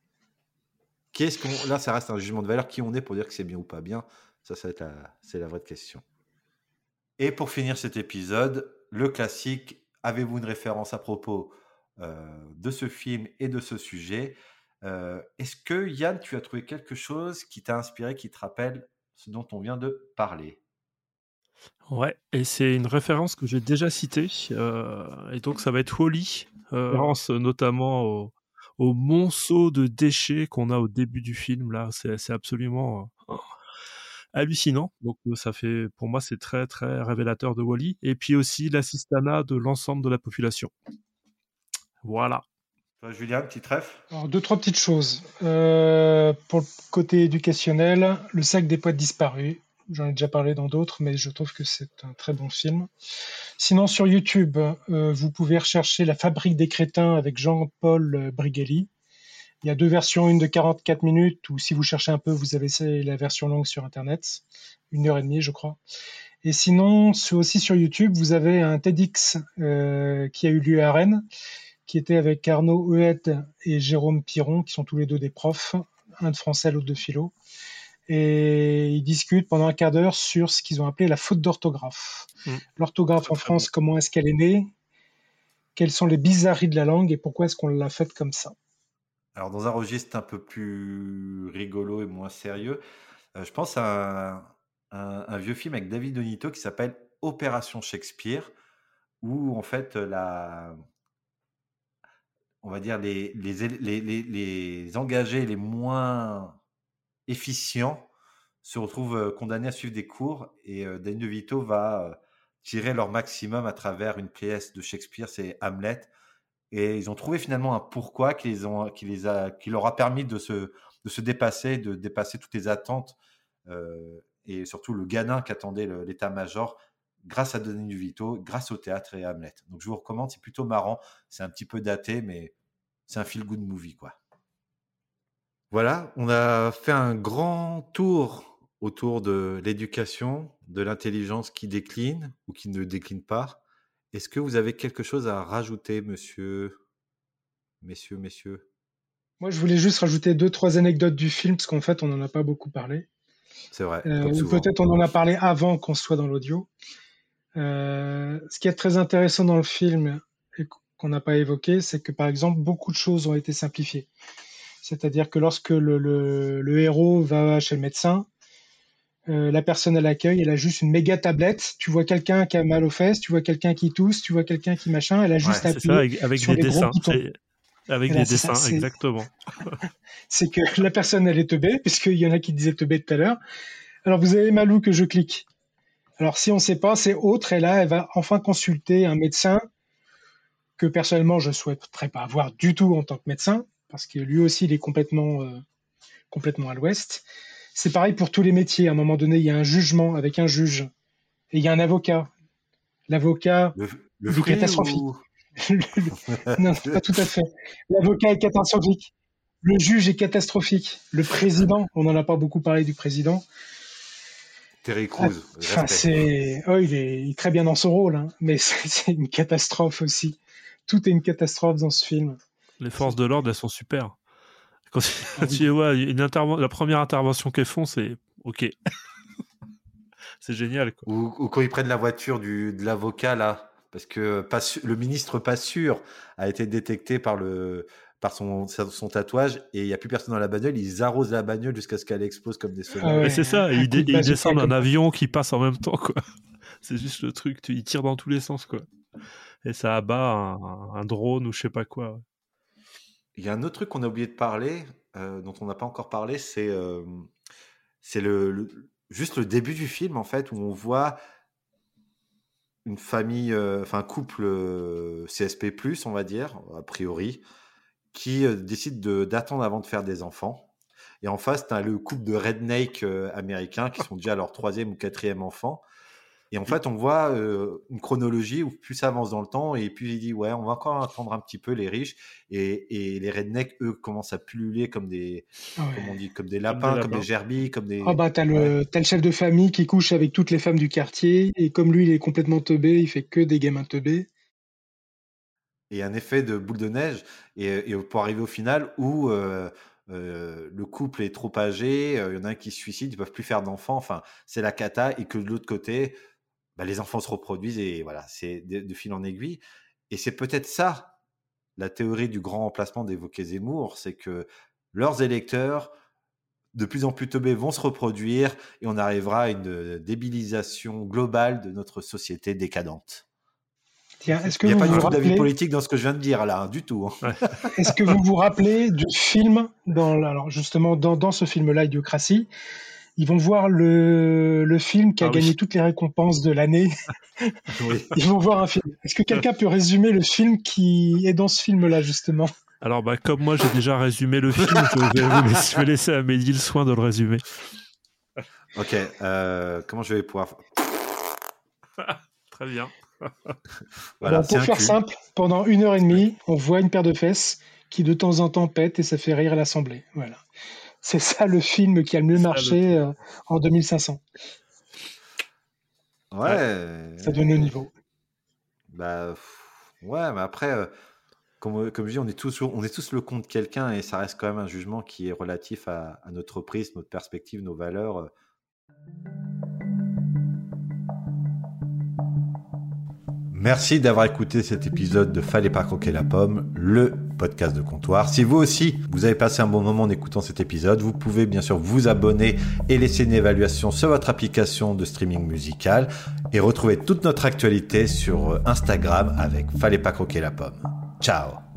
Là, ça reste un jugement de valeur. Qui on est pour dire que c'est bien ou pas bien, ça va être c'est la vraie question. Et pour finir cet épisode, le classique, avez-vous une référence à propos de ce film et de ce sujet ? Est-ce que, Yann, tu as trouvé quelque chose qui t'a inspiré, qui te rappelle ce dont on vient de parler ? Ouais, et c'est une référence que j'ai déjà citée, et donc ça va être Wall-E, référence notamment au monceau de déchets qu'on a au début du film, là, c'est absolument hallucinant, donc pour moi, c'est très, très révélateur de Wall-E, et puis aussi l'assistanat de l'ensemble de la population. Voilà. Toi, Julien, petit trèfle? Alors, 2-3 petites choses. Pour le côté éducationnel, Le sac des poètes disparus. J'en ai déjà parlé dans d'autres, mais je trouve que c'est un très bon film. Sinon, sur YouTube, vous pouvez rechercher La fabrique des crétins avec Jean-Paul Brigelli. Il y a 2 versions, une de 44 minutes, ou si vous cherchez un peu, vous avez la version longue sur Internet, 1h30, je crois. Et sinon, aussi sur YouTube, vous avez un TEDx qui a eu lieu à Rennes, qui était avec Arnaud Huette et Jérôme Piron, qui sont tous les deux des profs, un de français, l'autre de philo. Et ils discutent pendant un quart d'heure sur ce qu'ils ont appelé la faute d'orthographe. L'orthographe en France, comment est-ce qu'elle est née? Quelles sont les bizarreries de la langue et pourquoi est-ce qu'on l'a faite comme ça? Alors, dans un registre un peu plus rigolo et moins sérieux, je pense à un vieux film avec David Donito qui s'appelle Opération Shakespeare, où en fait on va dire les engagés les moins efficients se retrouvent condamnés à suivre des cours, et Danny DeVito va tirer leur maximum à travers une pièce de Shakespeare, c'est Hamlet, et ils ont trouvé finalement un pourquoi qui leur a permis de se dépasser, de dépasser toutes les attentes, et surtout le gamin qu'attendait l'état-major, grâce à Danny DeVito, grâce au théâtre et à Hamlet. Donc je vous recommande, c'est plutôt marrant, c'est un petit peu daté, mais c'est un feel-good movie, quoi. Voilà, on a fait un grand tour autour de l'éducation, de l'intelligence qui décline ou qui ne décline pas. Est-ce que vous avez quelque chose à rajouter, messieurs? Moi, je voulais juste rajouter 2-3 anecdotes du film, parce qu'en fait, on n'en a pas beaucoup parlé. C'est vrai, Ou peut-être on en a parlé avant qu'on soit dans l'audio. Ce qui est très intéressant dans le film et qu'on n'a pas évoqué, c'est que par exemple, beaucoup de choses ont été simplifiées. C'est-à-dire que lorsque le héros va chez le médecin, la personne à l'accueil, elle a juste une méga tablette. Tu vois quelqu'un qui a mal aux fesses, tu vois quelqu'un qui tousse, tu vois quelqu'un qui machin. Elle a juste appuyé avec sur des les dessins. gros boutons. Avec des dessins, exactement. C'est que la personne, elle est teubée, puisqu'il y en a qui disaient teubée tout à l'heure. Alors, vous avez mal où que je clique? Alors, si on ne sait pas, c'est autre. Et là, elle va enfin consulter un médecin que personnellement, je ne souhaiterais pas avoir du tout en tant que médecin, parce que lui aussi, il est complètement à l'ouest. C'est pareil pour tous les métiers. À un moment donné, il y a un jugement avec un juge. Et il y a un avocat. L'avocat, le il est catastrophique. Non, pas tout à fait. L'avocat est catastrophique. Le juge est catastrophique. Le président, on n'en a pas beaucoup parlé du président. Terry Crews. Il est très bien dans son rôle, hein, mais c'est une catastrophe aussi. Tout est une catastrophe dans ce film. Les forces de l'ordre, elles sont super. Quand tu vois la première intervention qu'elles font, c'est OK. C'est génial, quoi. Ou quand ils prennent la voiture de l'avocat, là, parce que le ministre pas sûr a été détecté par son tatouage, et il n'y a plus personne dans la bagnole, ils arrosent la bagnole jusqu'à ce qu'elle explose comme des sauvages. Mais c'est ça, ils descendent d'un avion qui passe en même temps, quoi. C'est juste le truc, ils tirent dans tous les sens, quoi. Et ça abat un drone ou je sais pas quoi. Il y a un autre truc qu'on a oublié de parler, dont on n'a pas encore parlé, c'est juste le début du film, en fait, où on voit une famille, un couple CSP+, on va dire, a priori, qui décide d'attendre avant de faire des enfants. Et en face, tu as le couple de redneck américains qui sont déjà à leur 3e ou 4e enfant. Et en fait, on voit une chronologie où plus ça avance dans le temps, et puis il dit ouais, on va encore attendre un petit peu les riches, et les rednecks, eux, commencent à pulluler comme des, comment on dit, comme des lapins, comme des gerbilles, comme des. Ah bah t'as le chef de famille qui couche avec toutes les femmes du quartier, et comme lui il est complètement teubé, il fait que des gamins teubés. Et un effet de boule de neige, et pour arriver au final où le couple est trop âgé, il y en a un qui se suicide, ils peuvent plus faire d'enfants, enfin c'est la cata, et que de l'autre côté, les enfants se reproduisent, et voilà, c'est de fil en aiguille. Et c'est peut-être ça, la théorie du grand remplacement d'évoquer Zemmour, c'est que leurs électeurs, de plus en plus teubés, vont se reproduire, et on arrivera à une débilisation globale de notre société décadente. Tiens, il n'y a pas du tout d'avis politique dans ce que je viens de dire là, du tout. Ouais. Est-ce que vous vous rappelez du film, alors justement dans ce film-là, Idiocratie, ils vont voir le film qui a gagné toutes les récompenses de l'année. Oui. Ils vont voir un film. Est-ce que quelqu'un peut résumer le film qui est dans ce film-là, justement? Alors, comme moi, j'ai déjà résumé le film, je vais laisser à Mehdi le soin de le résumer. Ok, comment je vais pouvoir... Très bien. Voilà, pour faire simple, pendant 1h30, on voit une paire de fesses qui de temps en temps pète et ça fait rire l'Assemblée. Voilà. C'est ça le film qui a le mieux marché en 2500. Ouais. Ça donne le niveau. Ouais, mais après, comme je dis, on est tous le con de quelqu'un et ça reste quand même un jugement qui est relatif à notre prisme, notre perspective, nos valeurs. Merci d'avoir écouté cet épisode de Fallait pas croquer la pomme, le podcast de comptoir. Si vous aussi, vous avez passé un bon moment en écoutant cet épisode, vous pouvez bien sûr vous abonner et laisser une évaluation sur votre application de streaming musical et retrouver toute notre actualité sur Instagram avec Fallait pas croquer la pomme. Ciao!